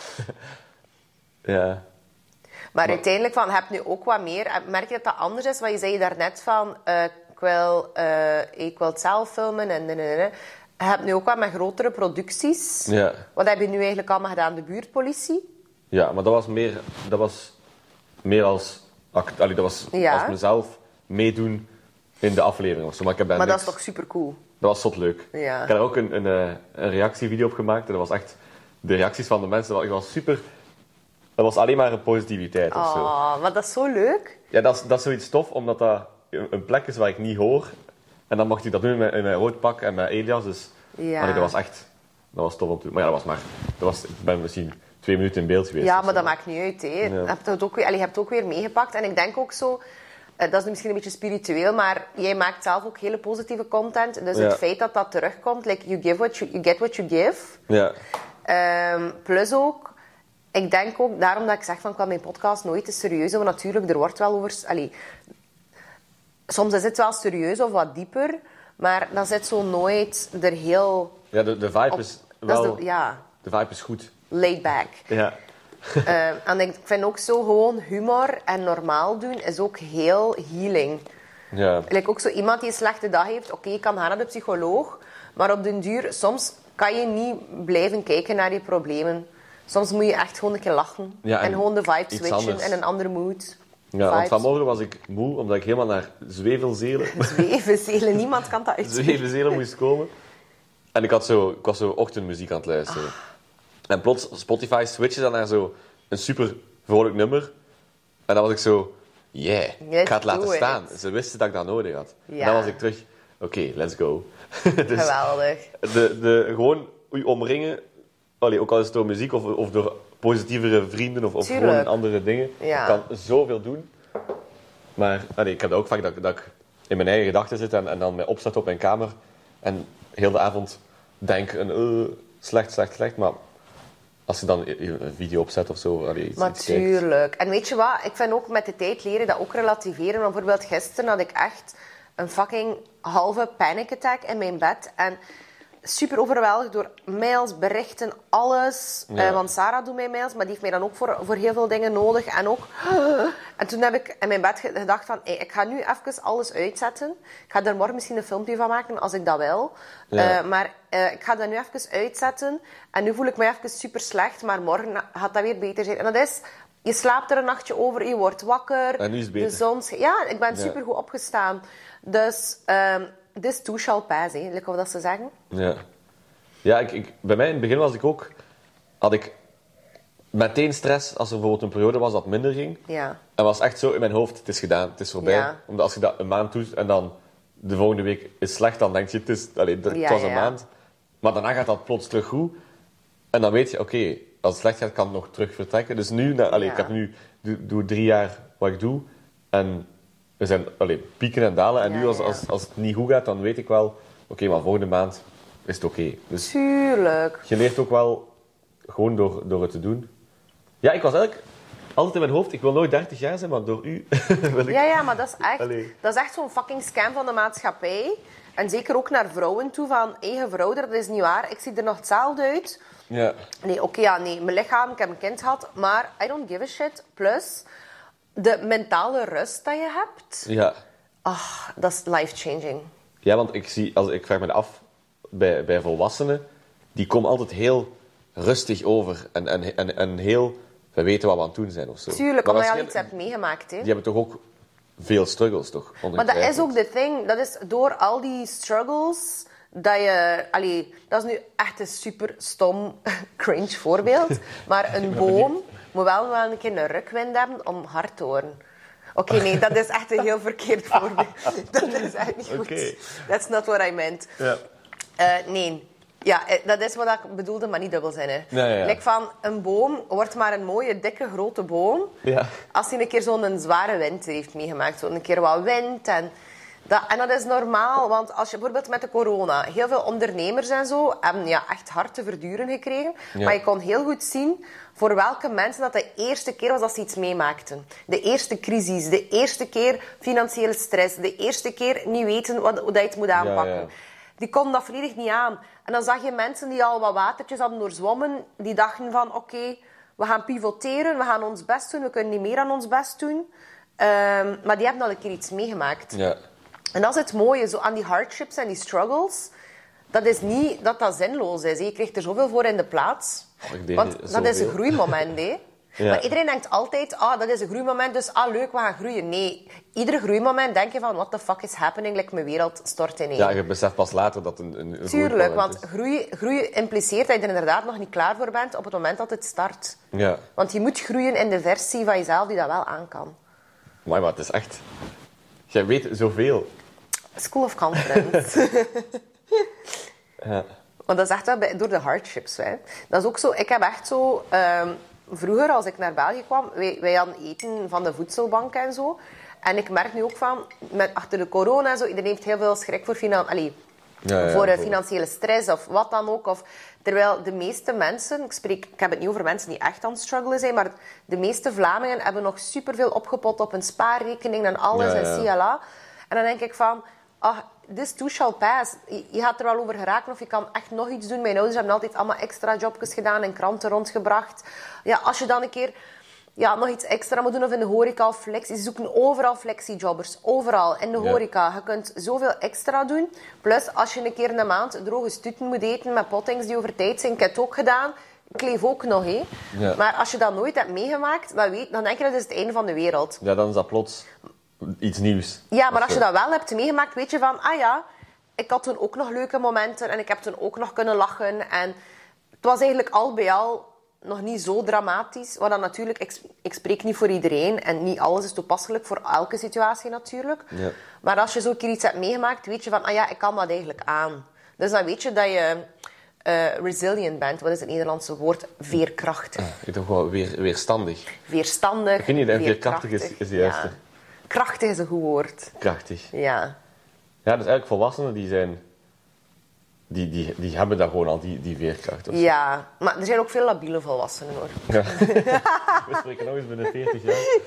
Ja. Maar uiteindelijk heb je nu ook wat meer... Merk je dat anders is? Wat je zei daarnet van... ik wil het zelf filmen en. Je hebt nu ook wel met grotere producties. Ja. Wat heb je nu eigenlijk allemaal gedaan? De buurtpolitie? Ja, maar dat was meer als... dat was als mezelf meedoen in de aflevering of zo. Maar dat is toch super cool? Dat was zot leuk. Ja. Ik heb er ook een reactievideo op gemaakt. En dat was echt... De reacties van de mensen, dat was super... Dat was alleen maar een positiviteit of zo. Maar dat is zo leuk. Ja, dat is zoiets tof, omdat dat een plek is waar ik niet hoor. En dan mocht ik dat doen in mijn rood pak en met Elias. Dus dat was echt... Dat was tof om te doen. Maar ja, ik ben misschien 2 minuten in beeld geweest. Ja, maar dat maakt niet uit. Hè. Ja. Je hebt het ook weer meegepakt. En ik denk ook zo... dat is misschien een beetje spiritueel, maar jij maakt zelf ook hele positieve content. Dus het feit dat dat terugkomt, you get what you give. Ja. Plus ook... Ik denk ook, daarom dat ik zeg van ik wil mijn podcast nooit te serieus doen. Want natuurlijk, er wordt wel over... soms is het wel serieus of wat dieper. Maar dan zit zo nooit er heel... Ja, de vibe is wel... De vibe is goed. Laid back. Ja. En ik vind ook zo gewoon humor en normaal doen is ook heel healing. Ja. Ook zo iemand die een slechte dag heeft. Oké, je kan gaan naar de psycholoog. Maar op den duur, soms kan je niet blijven kijken naar je problemen. Soms moet je echt gewoon een keer lachen. Ja, en gewoon de vibe switchen anders. en een andere mood. Ja, want vanmorgen was ik moe, omdat ik helemaal naar Zwevelzelen... Zwevelzelen, niemand kan dat uitspreken. Zwevelzelen moest komen. En ik was zo ochtendmuziek aan het luisteren. En plots, Spotify switchte dan naar zo een super vrolijk nummer. En dan was ik zo... ik ga het laten staan. Ze wisten dat ik dat nodig had. Ja. En dan was ik terug... Oké, let's go. Dus geweldig. Gewoon je omringen... ook al is het door muziek of door positievere vrienden of gewoon andere dingen. Ja. Ik kan zoveel doen. Maar ik heb ook vaak dat ik in mijn eigen gedachten zit en dan mij opzet op mijn kamer. En heel de avond denk slecht. Maar als je dan een video opzet of zo... Natuurlijk. En weet je wat? Ik vind ook met de tijd leren dat ook relativeren. Bijvoorbeeld gisteren had ik echt een fucking halve panic attack in mijn bed. En... super overweldigd door mails, berichten, alles. Ja. Want Sarah doet mij mails, maar die heeft mij dan ook voor heel veel dingen nodig. En toen heb ik in mijn bed gedacht van... ik ga nu even alles uitzetten. Ik ga er morgen misschien een filmpje van maken, als ik dat wil. Ja. Maar ik ga dat nu even uitzetten. En nu voel ik me even super slecht, maar morgen gaat dat weer beter zijn. En dat is... Je slaapt er een nachtje over, je wordt wakker. En nu is het beter. De zon... Ja, ik ben super goed opgestaan. Dus... this too shall pass, hè. Like dat ze zeggen. Ja. Ja, bij mij in het begin had ik meteen stress als er bijvoorbeeld een periode was dat minder ging. Ja. En was echt zo in mijn hoofd, het is gedaan, het is voorbij. Ja. Omdat als je dat een maand doet en dan de volgende week is slecht, dan denk je, het was een maand. Maar daarna gaat dat plots terug goed. En dan weet je, oké, als het slecht gaat, kan het nog terug vertrekken. Dus nu, ik heb nu doe 3 jaar wat ik doe. En er zijn pieken en dalen. En nu, als het niet goed gaat, dan weet ik wel... Oké, maar volgende maand is het oké. Dus tuurlijk. je leert ook wel gewoon door het te doen. Ja, ik was eigenlijk altijd in mijn hoofd... Ik wil nooit 30 jaar zijn, maar door u wil ik... Ja, maar dat is echt zo'n fucking scam van de maatschappij. En zeker ook naar vrouwen toe. Van, je vrouw, dat is niet waar. Ik zie er nog hetzelfde uit. Ja. Nee, mijn lichaam, ik heb een kind gehad. Maar I don't give a shit. Plus... de mentale rust dat je hebt... Ja. Dat is life-changing. Ja, want ik vraag me af, bij volwassenen, die komen altijd heel rustig over en heel... We weten wat we aan het doen zijn of zo. Tuurlijk, omdat je al iets hebt meegemaakt. Hè? Die hebben toch ook veel struggles, toch? Maar dat is ook de thing. Dat is door al die struggles... dat je... dat is nu echt een super stom, cringe voorbeeld. Maar een boom... moet wel een keer een rukwind hebben om hard te worden. Oké, nee, dat is echt een heel verkeerd voorbeeld. Dat is echt niet goed. Okay. That's not what I meant. Ja. Nee. Ja, dat is wat ik bedoelde, maar niet dubbelzinnig. Ja. Like van, een boom wordt maar een mooie, dikke, grote boom... Ja. als hij een keer zo'n zware winter heeft meegemaakt. Zo'n keer wat wind en dat is normaal, want als je bijvoorbeeld met de corona... heel veel ondernemers en zo hebben echt hard te verduren gekregen. Ja. Maar je kon heel goed zien voor welke mensen dat de eerste keer was dat ze iets meemaakten. De eerste crisis, de eerste keer financiële stress, de eerste keer niet weten hoe dat je het moet aanpakken. Ja. Die konden dat volledig niet aan. En dan zag je mensen die al wat watertjes hadden doorzwommen, die dachten van oké, we gaan pivoteren, we gaan ons best doen, we kunnen niet meer aan ons best doen. Maar die hebben al een keer iets meegemaakt. Ja. En dat is het mooie, zo aan die hardships en die struggles. Dat is niet dat dat zinloos is. Hè. Je krijgt er zoveel voor in de plaats. Want dat is een groeimoment, hè. Ja. Maar iedereen denkt altijd, dat is een groeimoment, dus leuk, we gaan groeien. Nee, ieder groeimoment denk je van, what the fuck is happening? Like, mijn wereld stort ineen. Ja, je beseft pas later dat een Tuurlijk, want groei impliceert dat je er inderdaad nog niet klaar voor bent op het moment dat het start. Ja. Want je moet groeien in de versie van jezelf die dat wel aan kan. Maar het is echt... Jij weet zoveel. School of Conference. Ja. Want dat is echt wel door de hardships. Hè. Dat is ook zo... Ik heb echt zo... vroeger, als ik naar België kwam, wij hadden eten van de voedselbank en zo. En ik merk nu ook van, achter de corona en zo, iedereen heeft heel veel schrik voor, financiële stress of wat dan ook. Terwijl de meeste mensen, ik heb het niet over mensen die echt aan het struggelen zijn, maar de meeste Vlamingen hebben nog superveel opgepot op een spaarrekening en alles en siala. En dan denk ik van... this too shall pass. Je gaat er wel over geraken of je kan echt nog iets doen. Mijn ouders hebben altijd allemaal extra jobjes gedaan en kranten rondgebracht. Ja, als je dan een keer nog iets extra moet doen of in de horeca of flexie. Ze zoeken overal flexiejobbers. Overal in de horeca. Je kunt zoveel extra doen. Plus, als je een keer in de maand droge stuten moet eten met pottings die over tijd zijn. Ik heb het ook gedaan. Ik leef ook nog, hè. Ja. Maar als je dat nooit hebt meegemaakt, dan denk je dat is het einde van de wereld. Ja, dan is dat plots... iets nieuws. Ja, maar als je dat wel hebt meegemaakt, weet je van... ik had toen ook nog leuke momenten en ik heb toen ook nog kunnen lachen. En het was eigenlijk al bij al nog niet zo dramatisch. Wat dan natuurlijk... Ik spreek niet voor iedereen en niet alles is toepasselijk voor elke situatie natuurlijk. Ja. Maar als je zo een keer iets hebt meegemaakt, weet je van... ik kan dat eigenlijk aan. Dus dan weet je dat je... resilient bent. Wat is het Nederlandse woord? Veerkrachtig. Ja, toch wel weerstandig. Veerstandig. Ik vind niet dat veerkrachtig is de juiste. Ja. Krachtig is een goed woord. Krachtig. Ja. Ja, dus eigenlijk volwassenen die zijn... Die hebben daar gewoon al die veerkracht. Dus. Ja, maar er zijn ook veel labiele volwassenen, hoor. Ja. We spreken nog eens binnen 40 jaar.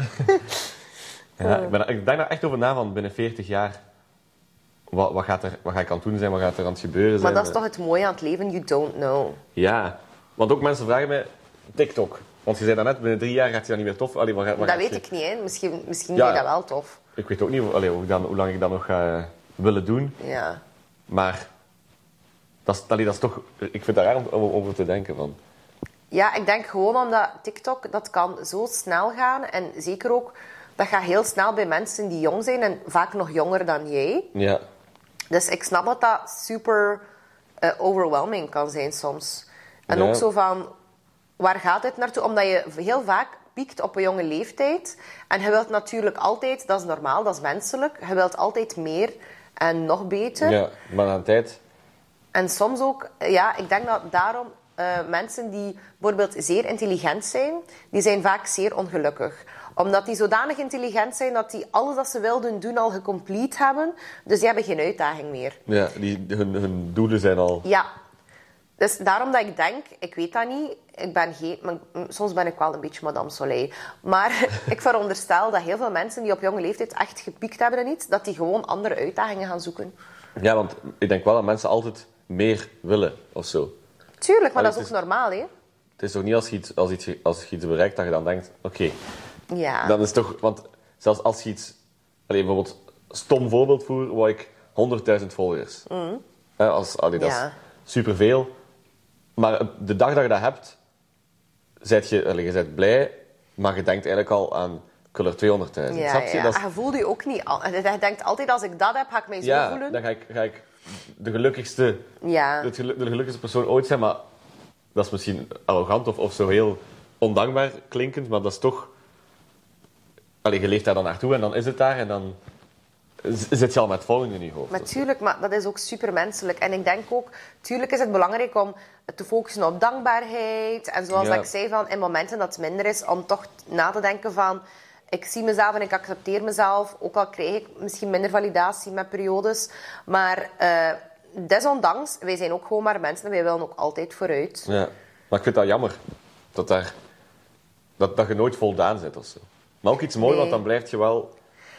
Ja. Ik denk daar echt over na van binnen 40 jaar... Wat ga ik aan het doen zijn? Wat gaat er aan het gebeuren zijn? Maar dat is toch het mooie aan het leven? You don't know. Ja, want ook mensen vragen mij... TikTok. Want je zei daarnet, binnen 3 jaar gaat je dat niet meer tof. Allee, dat weet ik niet, hè. Misschien vind je dat wel tof. Ik weet ook niet hoe lang ik dat nog ga willen doen. Ja. Maar dat is toch... Ik vind het raar om over te denken. Van. Ja, ik denk gewoon omdat TikTok, dat kan zo snel gaan. En zeker ook, dat gaat heel snel bij mensen die jong zijn. En vaak nog jonger dan jij. Ja. Dus ik snap dat dat super overwhelming kan zijn soms. En ook zo van... Waar gaat het naartoe? Omdat je heel vaak piekt op een jonge leeftijd. En je wilt natuurlijk altijd, dat is normaal, dat is menselijk, je wilt altijd meer en nog beter. Ja, maar aan de tijd... En soms ook, ik denk dat daarom mensen die bijvoorbeeld zeer intelligent zijn, die zijn vaak zeer ongelukkig. Omdat die zodanig intelligent zijn dat die alles wat ze wilden doen al gecomplete hebben. Dus die hebben geen uitdaging meer. Ja, hun doelen zijn al... Ja. Dus daarom dat ik denk, ik weet dat niet, soms ben ik wel een beetje Madame Soleil. Maar ik veronderstel dat heel veel mensen die op jonge leeftijd echt gepiekt hebben en iets, dat die gewoon andere uitdagingen gaan zoeken. Ja, want ik denk wel dat mensen altijd meer willen, of zo. Tuurlijk, maar dat is ook normaal, hè? Het is toch niet als je iets bereikt dat je dan denkt, oké. Ja. Dan is het toch... Want zelfs als je iets... bijvoorbeeld, stom voorbeeld voor, wou ik 100.000 volgers. Mm. Dat is superveel. Maar de dag dat je dat hebt, je bent blij, maar je denkt eigenlijk al aan, ik wil er 200.000. Ja, Snap je? Ja. Je voelt je ook niet... Je denkt altijd, als ik dat heb, ga ik mij zo voelen. Dan ga ik de gelukkigste, de gelukkigste persoon ooit zijn, maar dat is misschien arrogant of zo heel ondankbaar klinkend, maar dat is toch... je leeft daar dan naartoe en dan is het daar en dan... Zit je al met volgende in je hoofd? Natuurlijk, maar dat is ook supermenselijk. En ik denk ook, tuurlijk is het belangrijk om te focussen op dankbaarheid. En zoals ik zei, van, in momenten dat het minder is, om toch na te denken van... Ik zie mezelf en ik accepteer mezelf. Ook al krijg ik misschien minder validatie met periodes. Maar desondanks, wij zijn ook gewoon maar mensen en wij willen ook altijd vooruit. Ja, maar ik vind dat jammer. Dat je nooit voldaan zit of zo. Maar ook iets moois, want dan blijf je wel...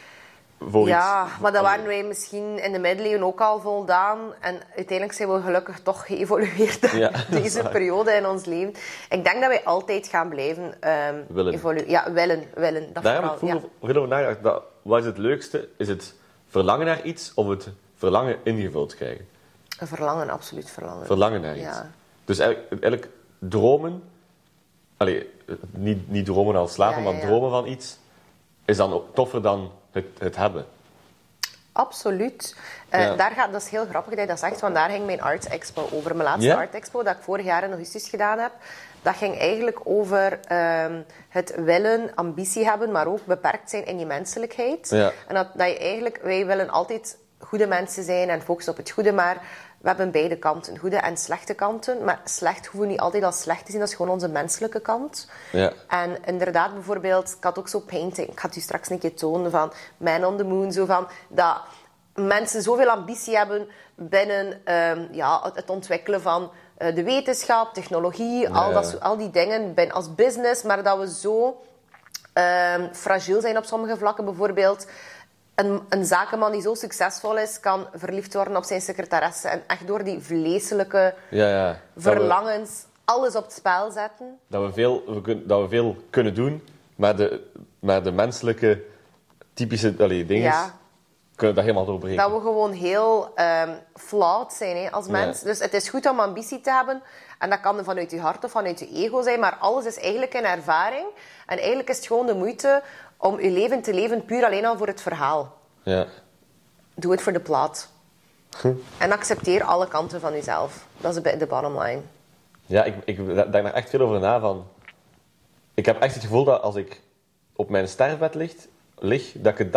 maar dan waren wij misschien in de middeleeuwen ook al voldaan. En uiteindelijk zijn we gelukkig toch geëvolueerd deze periode in ons leven. Ik denk dat wij altijd gaan blijven willen. evolueren. Ja, willen. Dat daar heb ik vroeger veel over nagedacht. Wat is het leukste? Is het verlangen naar iets of het verlangen ingevuld krijgen? Een verlangen, absoluut verlangen. Verlangen naar iets. Ja. Dus eigenlijk dromen... Allee, niet dromen als slapen, maar dromen van iets is dan ook toffer dan het hebben. Absoluut. Dat is heel grappig dat je dat zegt, want daar ging mijn Art Expo over. Mijn laatste Art Expo, dat ik vorig jaar in augustus gedaan heb, dat ging eigenlijk over het willen, ambitie hebben, maar ook beperkt zijn in je menselijkheid. Ja. En dat je eigenlijk, wij willen altijd goede mensen zijn en focussen op het goede, maar we hebben beide kanten, goede en slechte kanten. Maar slecht hoeven we niet altijd als slecht te zien, dat is gewoon onze menselijke kant. Ja. En inderdaad, bijvoorbeeld, ik had ook zo painting, ik ga het u straks een keer tonen, van Man on the Moon, zo van, dat mensen zoveel ambitie hebben binnen het ontwikkelen van de wetenschap, technologie, al die dingen als business, maar dat we zo fragiel zijn op sommige vlakken. Bijvoorbeeld, een zakenman die zo succesvol is, kan verliefd worden op zijn secretaresse en echt door die vleeselijke verlangens alles op het spel zetten. Dat we veel kunnen doen, maar de menselijke typische dingen kunnen dat helemaal doorbreken. Dat we gewoon heel flawed zijn als mens. Dus het is goed om ambitie te hebben. En dat kan vanuit je hart of vanuit je ego zijn. Maar alles is eigenlijk een ervaring. En eigenlijk is het gewoon de moeite om je leven te leven puur alleen al voor het verhaal. Ja. Doe het voor de plaat. En accepteer alle kanten van jezelf. Dat is de bottom line. Ja, ik denk daar echt veel over na. Ik heb echt het gevoel dat als ik op mijn sterfbed lig,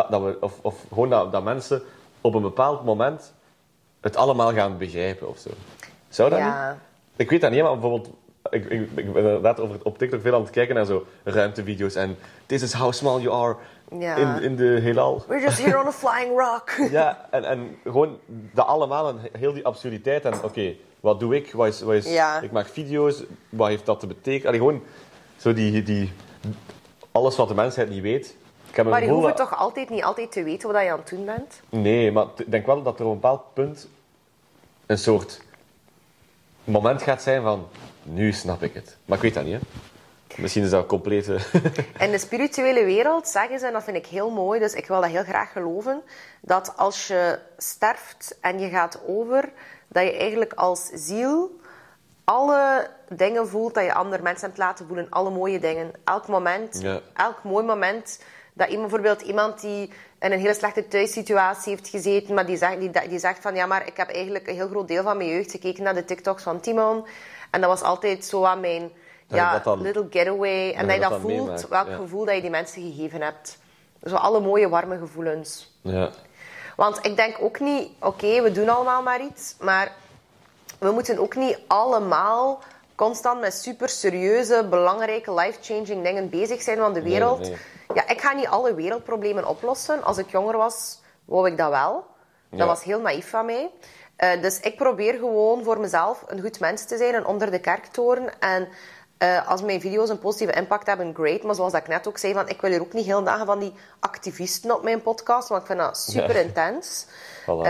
dat mensen op een bepaald moment het allemaal gaan begrijpen of zo. Zou dat niet? Ik weet dat niet, maar bijvoorbeeld... Ik ben inderdaad op TikTok veel aan het kijken naar zo ruimtevideo's en this is how small you are in de heelal. We're just here on a flying rock. Ja, en gewoon dat allemaal en heel die absurditeit en oké, wat doe ik? Ik maak video's, wat heeft dat te betekenen? Allee, gewoon zo die alles wat de mensheid niet weet. Maar je hoeft toch niet altijd te weten wat je aan het doen bent? Nee, maar ik denk wel dat er op een bepaald punt een soort moment gaat zijn van... Nu snap ik het. Maar ik weet dat niet, hè. Misschien is dat complete... In de spirituele wereld zeggen ze, en dat vind ik heel mooi, dus ik wil dat heel graag geloven, dat als je sterft en je gaat over, dat je eigenlijk als ziel alle dingen voelt dat je andere mensen hebt laten voelen. Alle mooie dingen. Elk moment, elk mooi moment... Dat bijvoorbeeld iemand die in een hele slechte thuissituatie heeft gezeten, maar die zegt van, ja, maar ik heb eigenlijk een heel groot deel van mijn jeugd gekeken naar de TikToks van Timon. En dat was altijd zo aan mijn little getaway. En dat je dat voelt, meemaakt, welk gevoel dat je die mensen gegeven hebt. Zo alle mooie, warme gevoelens. Ja. Want ik denk ook niet, oké, we doen allemaal maar iets, maar we moeten ook niet allemaal constant met super serieuze, belangrijke, life-changing dingen bezig zijn. Want de wereld... Nee. Ja, ik ga niet alle wereldproblemen oplossen. Als ik jonger was, wou ik dat wel. Dat was heel naïef van mij. Dus ik probeer gewoon voor mezelf een goed mens te zijn en onder de kerktoren. En als mijn video's een positieve impact hebben, great. Maar zoals ik net ook zei, ik wil hier ook niet heel dagen van die activisten op mijn podcast, want ik vind dat super intens. Voilà.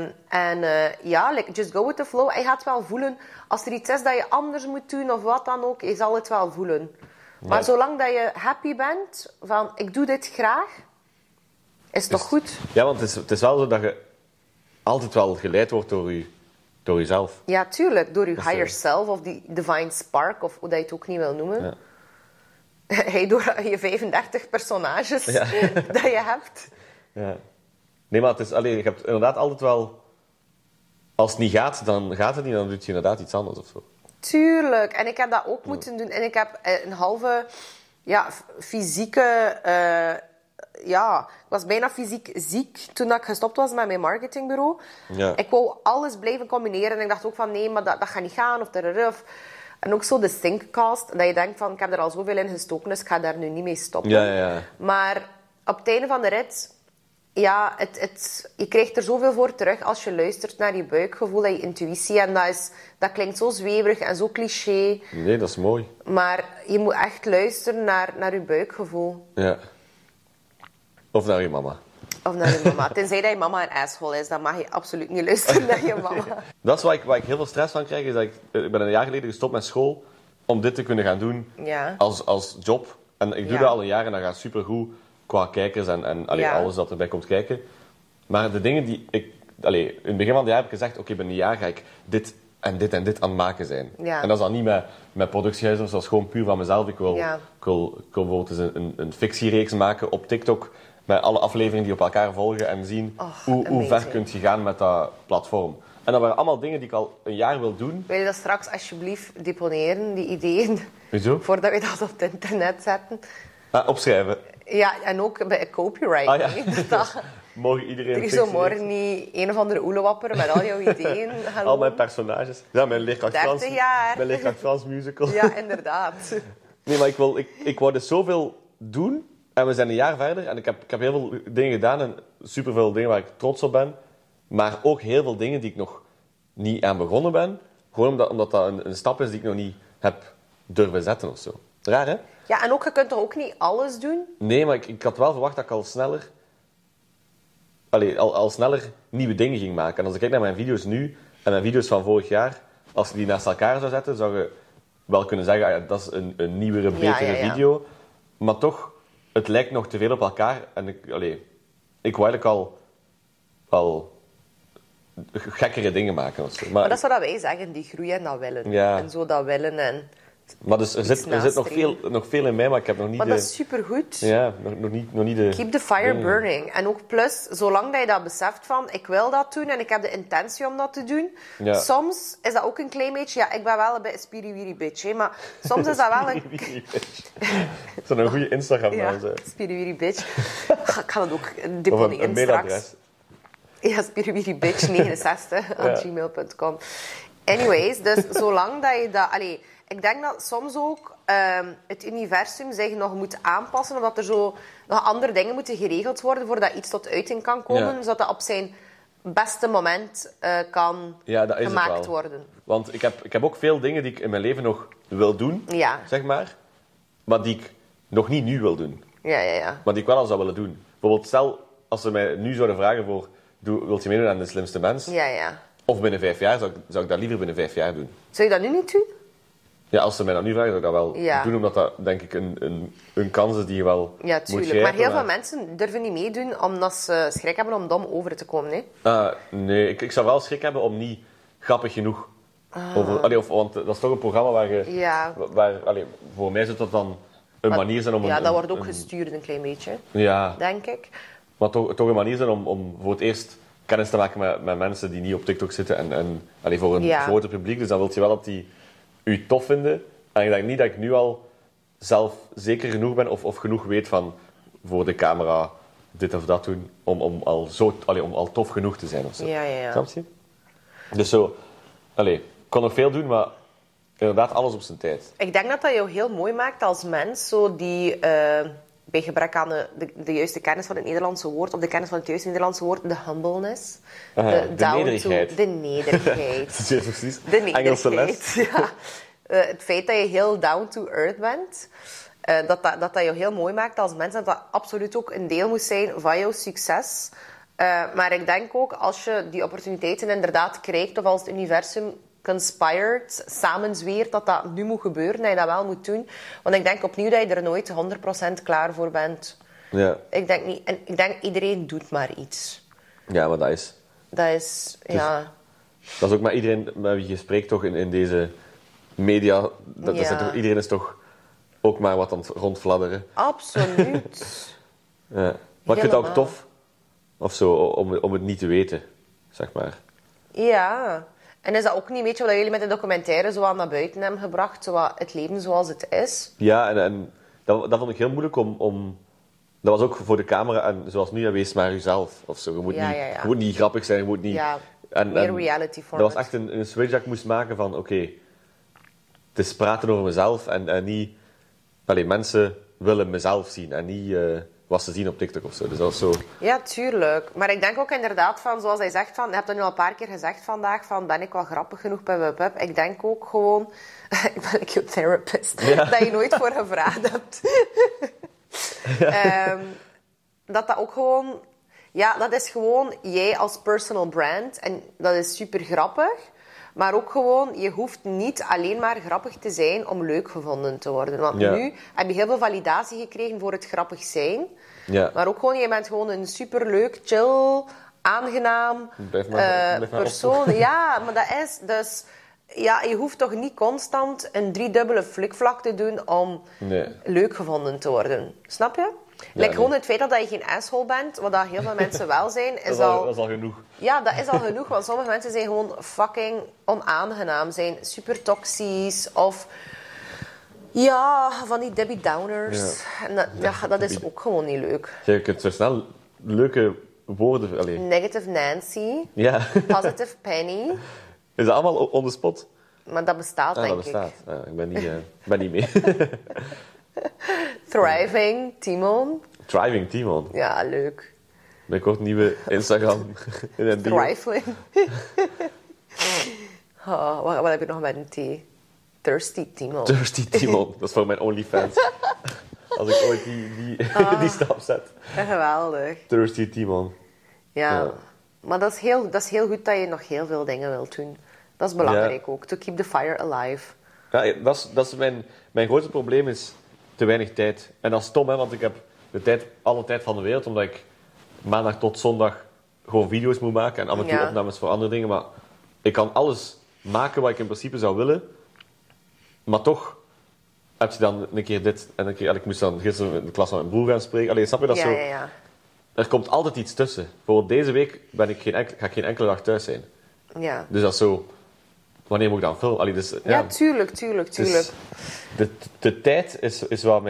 Just go with the flow. Je gaat wel voelen, als er iets is dat je anders moet doen of wat dan ook, je zal het wel voelen. Maar zolang dat je happy bent, van ik doe dit graag, is het toch goed? Ja, want het is wel zo dat je altijd wel geleid wordt door jezelf. Ja, tuurlijk. Door je higher self of die divine spark, of hoe dat je het ook niet wil noemen. Ja. Door je 35 personages dat je hebt. Ja. Nee, maar je hebt inderdaad altijd wel... Als het niet gaat, dan gaat het niet, dan doe je inderdaad iets anders of zo. Tuurlijk. En ik heb dat ook moeten doen. En ik heb een halve fysieke... ik was bijna fysiek ziek toen ik gestopt was met mijn marketingbureau. Ja. Ik wou alles blijven combineren. En ik dacht ook van, nee, maar dat gaat niet gaan. En ook zo de Syncast. Dat je denkt van, ik heb er al zoveel in gestoken, dus ik ga daar nu niet mee stoppen. Ja. Maar op het einde van de rit... Ja, je krijgt er zoveel voor terug als je luistert naar je buikgevoel en je intuïtie. En dat klinkt zo zweverig en zo cliché. Nee, dat is mooi. Maar je moet echt luisteren naar je buikgevoel. Ja. Of naar je mama. Of naar je mama. Tenzij dat je mama een asshole is, dan mag je absoluut niet luisteren naar je mama. Dat is waar ik heel veel stress van krijg. Is dat ik ben een jaar geleden gestopt met school om dit te kunnen gaan doen als job. En ik doe dat al een jaar en dat gaat supergoed qua kijkers en alles dat erbij komt kijken. Maar de dingen die ik... in het begin van het jaar heb ik gezegd, oké, binnen een jaar ga ik dit en dit en dit aan het maken zijn. Ja. En dat is dan niet met productiehuizen, dat is gewoon puur van mezelf. Ik wil bijvoorbeeld eens een fictiereeks maken op TikTok met alle afleveringen die op elkaar volgen en zien hoe ver kunt je gaan met dat platform. En dat waren allemaal dingen die ik al een jaar wil doen. Wil je dat straks alsjeblieft deponeren, die ideeën? Hoezo? Voordat we dat op het internet zetten. Opschrijven. Ja, en ook bij copyright. Mogen iedereen er is zo morgen niet een of andere oelewapper met al jouw ideeën. Al mijn personages. Ja, mijn leerkracht Frans. 30 jaar. Mijn leerkracht Frans musical. Ja, inderdaad. Nee, maar ik wou dus zoveel doen. En we zijn een jaar verder. En ik heb heel veel dingen gedaan. En superveel dingen waar ik trots op ben. Maar ook heel veel dingen die ik nog niet aan begonnen ben. Gewoon omdat dat een stap is die ik nog niet heb durven zetten of zo. Raar, hè? Ja, en ook, je kunt toch ook niet alles doen? Nee, maar ik had wel verwacht dat ik al sneller... al sneller nieuwe dingen ging maken. En als ik kijk naar mijn video's nu en mijn video's van vorig jaar, als je die naast elkaar zou zetten, zou je wel kunnen zeggen, dat is een nieuwere, betere video. Maar toch, het lijkt nog te veel op elkaar. En ik wou eigenlijk al gekkere dingen maken. Of zo. Maar dat is wat wij zeggen, die groeien en dat willen. Ja. En zo dat willen en... Maar dus er zit nog veel in mij, maar ik heb nog niet maar dat is supergoed. Ja, nog niet de... Keep the fire burning. En ook plus, zolang dat je dat beseft van, ik wil dat doen en ik heb de intentie om dat te doen. Ja. Soms is dat ook een klein beetje... Ja, ik ben wel een beetje spiriwiri bitch, hè, maar soms is dat wel een... Dat zou een goede Instagram-naam zijn. Spiriwiri bitch. Ik ga dat ook deponeren een mailadres. Ja, spiriwiribitch69@gmail.com. Anyways, dus zolang dat je dat... Ik denk dat soms ook het universum zich nog moet aanpassen, omdat er zo nog andere dingen moeten geregeld worden voordat iets tot uiting kan komen, zodat dat op zijn beste moment kan gemaakt worden. Want ik heb ook veel dingen die ik in mijn leven nog wil doen, zeg maar die ik nog niet nu wil doen. Ja. Maar die ik wel al zou willen doen. Bijvoorbeeld, stel, als ze mij nu zouden vragen voor, wilt je meedoen aan De Slimste Mens? Ja. Of binnen 5 jaar, zou ik dat liever binnen 5 jaar doen. Zou je dat nu niet doen? Ja, als ze mij dat nu vragen, zou ik dat wel doen, omdat dat, denk ik, een kans is die je wel moet grijpen. Maar heel veel mensen durven niet meedoen, omdat ze schrik hebben om dom over te komen, hè? Nee, ik zou wel schrik hebben om niet grappig genoeg over... want dat is toch een programma waar je... Ja. Voor mij zou dat dan een manier zijn om... Ja, dat wordt ook gestuurd een klein beetje, denk ik. Maar toch een manier zijn om voor het eerst kennis te maken met mensen die niet op TikTok zitten en voor een groter publiek. Dus dan wil je wel dat die u tof vinden. En ik denk niet dat ik nu al zelf zeker genoeg ben of genoeg weet van voor de camera dit of dat doen om al tof genoeg te zijn of zo. Ja. Snap je? Dus zo, ik kon nog veel doen, maar inderdaad alles op zijn tijd. Ik denk dat dat jou heel mooi maakt als mens, zo die bij gebrek aan de juiste kennis van het Nederlandse woord, of de kennis van het juiste Nederlandse woord, de humbleness. De nederigheid. De nederigheid. Dat is precies. De nederigheid. Engelse les. Ja. Het feit dat je heel down to earth bent, dat jou heel mooi maakt als mens, en dat absoluut ook een deel moet zijn van jouw succes. Maar ik denk ook, als je die opportuniteiten inderdaad krijgt, of als het universum conspired, samenzweert dat nu moet gebeuren, dat je dat wel moet doen. Want ik denk opnieuw dat je er nooit 100% klaar voor bent. Ja. Ik denk niet. En ik denk, iedereen doet maar iets. Ja, maar dat is... Dat is ook maar iedereen met wie je spreekt toch in deze media. Iedereen is toch ook maar wat aan het rondfladderen. Absoluut. Ja. Maar ik vind het ook tof of zo, om het niet te weten, zeg maar. Ja. En is dat ook niet een beetje wat jullie met de documentaire zo aan naar buiten hebben gebracht? Zo het leven zoals het is? Ja, en dat vond ik heel moeilijk om... Dat was ook voor de camera, en zoals nu, wees maar jezelf. Of zo. Je moet niet grappig zijn, je moet niet... Ja, meer reality format. Dat was echt een switch dat ik moest maken van, oké, het is praten over mezelf en niet... mensen willen mezelf zien en niet wat ze zien op TikTok of zo. Dus dat was zo... Ja, tuurlijk. Maar ik denk ook inderdaad van, zoals hij zegt, je hebt dat nu al een paar keer gezegd vandaag, van ben ik wel grappig genoeg, Ik denk ook gewoon, ik ben een therapist, dat je nooit voor gevraagd hebt. Dat ook gewoon... Ja, dat is gewoon jij als personal brand. En dat is super grappig. Maar ook gewoon, je hoeft niet alleen maar grappig te zijn om leuk gevonden te worden. Want nu heb je heel veel validatie gekregen voor het grappig zijn. Ja. Maar ook gewoon, je bent gewoon een superleuk, chill, aangenaam Blijf maar persoon. Ja, maar dat is dus... Ja, je hoeft toch niet constant een 3-dubbele flikvlak te doen om leuk gevonden te worden. Snap je? Gewoon het feit dat je geen asshole bent, wat dat heel veel mensen wel zijn, is dat is al genoeg. Ja, dat is al genoeg, want sommige mensen zijn gewoon fucking onaangenaam, zijn super toxisch of... Ja, van die Debbie Downers. Ja. En dat is ook gewoon niet leuk. Je kunt zo snel leuke woorden... Allez. Negative Nancy. Ja. Positive Penny. Is dat allemaal on the spot? Maar dat bestaat, denk ik. Dat bestaat. Ja, ik ben niet mee. Thriving Timon. Thriving Timon. Ja, leuk. Binnenkort nieuwe Instagram. In een Thriving. Wat heb je nog met een T? Thirsty Timon. Thirsty Timon. Dat is voor mijn OnlyFans. Als ik ooit die stap zet. Geweldig. Thirsty Timon. Ja. Maar dat is heel goed dat je nog heel veel dingen wilt doen. Dat is belangrijk ook. To keep the fire alive. Ja, dat is mijn grootste probleem is te weinig tijd. En dat is stom, hè, want ik heb alle tijd van de wereld, omdat ik maandag tot zondag gewoon video's moet maken en af en toe opnames voor andere dingen. Maar ik kan alles maken wat ik in principe zou willen. Maar toch heb je dan een keer dit en een keer... Ik moest dan gisteren in de klas van mijn broer gaan spreken. Allee, snap je dat zo? Ja. Er komt altijd iets tussen. Bijvoorbeeld deze week ga ik geen enkele dag thuis zijn. Ja. Dus dat is zo... Wanneer moet ik dan filmen? Allee, dus, ja, tuurlijk. Dus de tijd is wat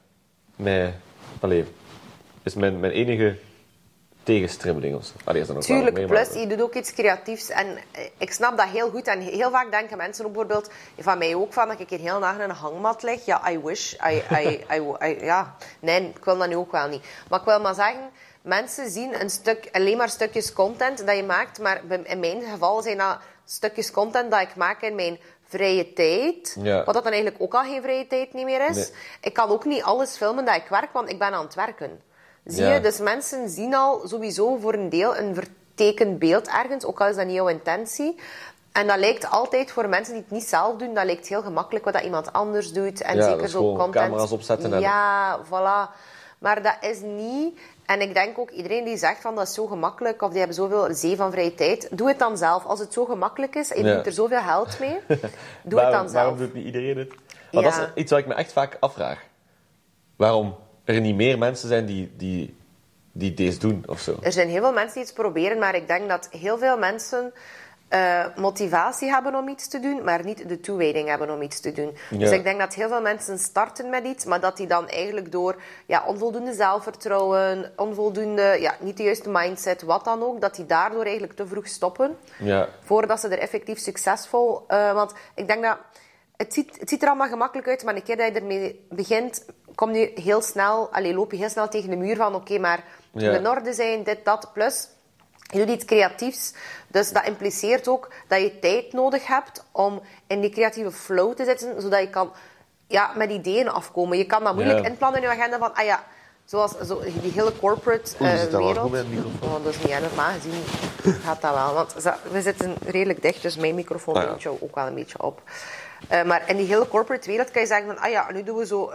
is mijn enige tegenstribbeling. Tuurlijk, plus je doet ook iets creatiefs. En ik snap dat heel goed. En heel vaak denken mensen ook bijvoorbeeld... Van mij ook, van dat ik hier heel dagen in een hangmat lig. Ja, I wish. Ja, nee, ik wil dat nu ook wel niet. Maar ik wil maar zeggen... Mensen zien alleen maar stukjes content dat je maakt. Maar in mijn geval zijn dat stukjes content dat ik maak in mijn vrije tijd. Ja. Wat dat dan eigenlijk ook al geen vrije tijd niet meer is. Nee. Ik kan ook niet alles filmen dat ik werk, want ik ben aan het werken. Zie je? Dus mensen zien al sowieso voor een deel een vertekend beeld ergens. Ook al is dat niet jouw intentie. En dat lijkt altijd voor mensen die het niet zelf doen, dat lijkt heel gemakkelijk wat dat iemand anders doet. En zeker zo content. Camera's opzetten. Ja, voilà. Maar dat is niet... En ik denk ook, iedereen die zegt van dat is zo gemakkelijk, of die hebben zoveel zee van vrije tijd, doe het dan zelf. Als het zo gemakkelijk is en je doet er zoveel geld mee, doe het dan zelf. Waarom doet niet iedereen het? Maar dat is iets wat ik me echt vaak afvraag. Waarom er niet meer mensen zijn die deze doen, of zo. Er zijn heel veel mensen die het proberen, maar ik denk dat heel veel mensen... motivatie hebben om iets te doen, maar niet de toewijding hebben om iets te doen. Ja. Dus ik denk dat heel veel mensen starten met iets, maar dat die dan eigenlijk door onvoldoende zelfvertrouwen, niet de juiste mindset, wat dan ook, dat die daardoor eigenlijk te vroeg stoppen, voordat ze er effectief succesvol... want ik denk dat... Het ziet er allemaal gemakkelijk uit, maar een keer dat je ermee begint, loop je heel snel tegen de muur van oké, maar het moet in orde zijn, dit, dat, plus... Je doet iets creatiefs, dus dat impliceert ook dat je tijd nodig hebt om in die creatieve flow te zitten, zodat je kan met ideeën afkomen. Je kan dat moeilijk inplannen in je agenda van, zoals die hele corporate wereld. Dat is niet erg, normaal gezien gaat dat wel. Want we zitten redelijk dicht, dus mijn microfoon neemt jou ook wel een beetje op. Maar in die hele corporate wereld kan je zeggen van, nu doen we zo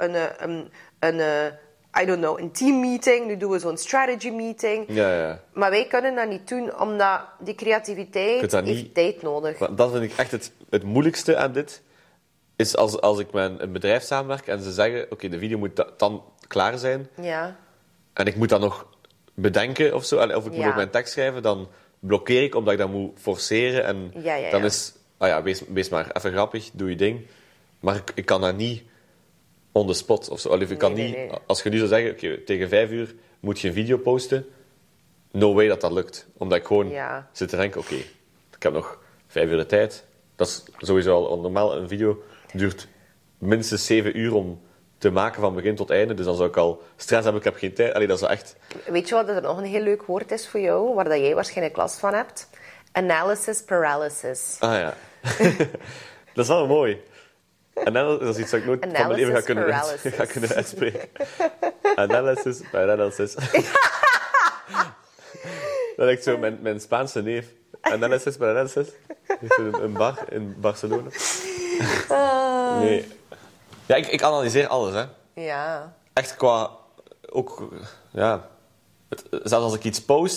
een teammeeting, nu doen we zo'n strategy meeting. Ja. Maar wij kunnen dat niet doen, omdat die creativiteit heeft tijd nodig. Dat vind ik echt het moeilijkste aan dit. Is als ik met een bedrijf samenwerk en ze zeggen, oké, de video moet dan klaar zijn. Ja. En ik moet dat nog bedenken of zo, of ik moet ook mijn tekst schrijven, dan blokkeer ik omdat ik dat moet forceren. En dan is, wees maar even grappig, doe je ding. Maar ik kan dat niet... on the spot of zo. Ik kan niet... Als je nu zou zeggen, tegen 5 uur moet je een video posten, no way dat lukt. Omdat ik gewoon zit te denken, ik heb nog 5 uur de tijd. Dat is sowieso al normaal. Een video duurt minstens 7 uur om te maken van begin tot einde. Dus dan zou ik al stress hebben, ik heb geen tijd. Dat is echt... Weet je wat er nog een heel leuk woord is voor jou, waar dat jij waarschijnlijk last van hebt? Analysis paralysis. Ah ja. Dat is wel mooi. Dat is iets dat ik nooit van mijn leven ga kunnen uitspreken. Analysis paralysis. Dat lijkt zo mijn Spaanse neef. Analysis paralysis. Een bar in Barcelona. Nee. Ja, ik analyseer alles, hè. Ja. Echt qua... Ook... Ja. Zelfs als ik iets post,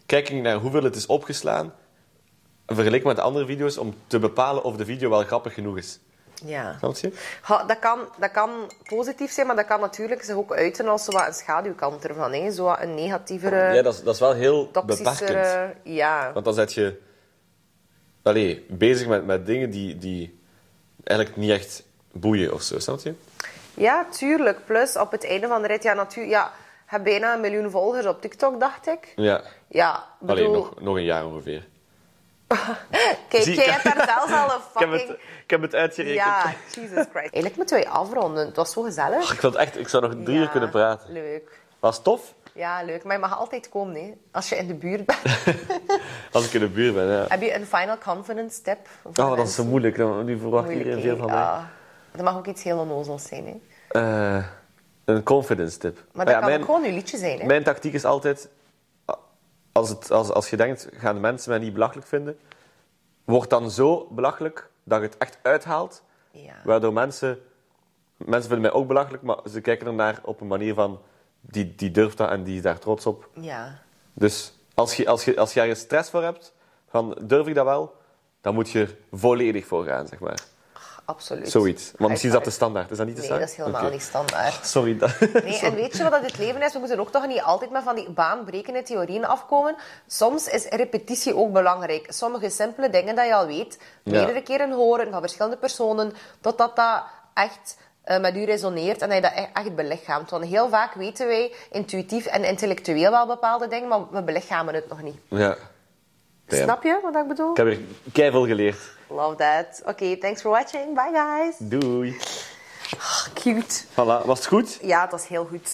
kijk ik naar hoeveel het is opgeslaan, vergeleken met de andere video's, om te bepalen of de video wel grappig genoeg is. Ja. Snap je? Dat kan positief zijn, maar dat kan natuurlijk zich ook uiten als zo wat een schaduwkant ervan. Hè? Zo wat een negatievere... Ja, dat is wel heel toxischere, beperkend. Ja. Want dan zet je bezig met dingen die eigenlijk niet echt boeien of zo, snap je? Ja, tuurlijk. Plus, op het einde van de rit, natuurlijk... Ja, je hebt bijna 1 miljoen volgers op TikTok, dacht ik. Ja. Ja, bedoel... Nog een jaar ongeveer. Kijk, jij hebt daar zelfs al een fucking... Ik heb het uitgerekend. Ja, Jesus Christ. Eigenlijk moeten wij afronden. Het was zo gezellig. Ik zou nog 3 uur kunnen praten. Leuk. Was tof? Ja, leuk. Maar je mag altijd komen, hè. Als je in de buurt bent. Als ik in de buurt ben, ja. Heb je een final confidence tip? Dat is zo moeilijk. Nu verwacht iedereen veel van mij. Dat mag ook iets heel onnozels zijn, hè. Een confidence tip. Maar dat kan ook gewoon je liedje zijn, hè. Mijn tactiek is altijd... Als je denkt, gaan de mensen mij niet belachelijk vinden, word dan zo belachelijk dat je het echt uithaalt. Ja. Waardoor mensen vinden mij ook belachelijk, maar ze kijken ernaar op een manier van... Die durft dat en die is daar trots op. Ja. Dus als je ergens stress voor hebt, van durf ik dat wel, dan moet je er volledig voor gaan, zeg maar. Absoluut. Zoiets. Want misschien is dat de standaard. Is dat niet de standaard? Nee, dat is helemaal niet standaard. Sorry. Nee, en weet je wat het leven is? We moeten ook toch niet altijd met van die baanbrekende theorieën afkomen. Soms is repetitie ook belangrijk. Sommige simpele dingen dat je al weet, meerdere keren horen van verschillende personen, totdat dat echt met u resoneert en dat je dat echt belichaamt. Want heel vaak weten wij intuïtief en intellectueel wel bepaalde dingen, maar we belichamen het nog niet. Ja. Snap je wat ik bedoel? Ik heb er keiveel geleerd. Love that. Oké, thanks for watching. Bye guys. Doei. Cute. Voilà. Was het goed? Ja, het was heel goed.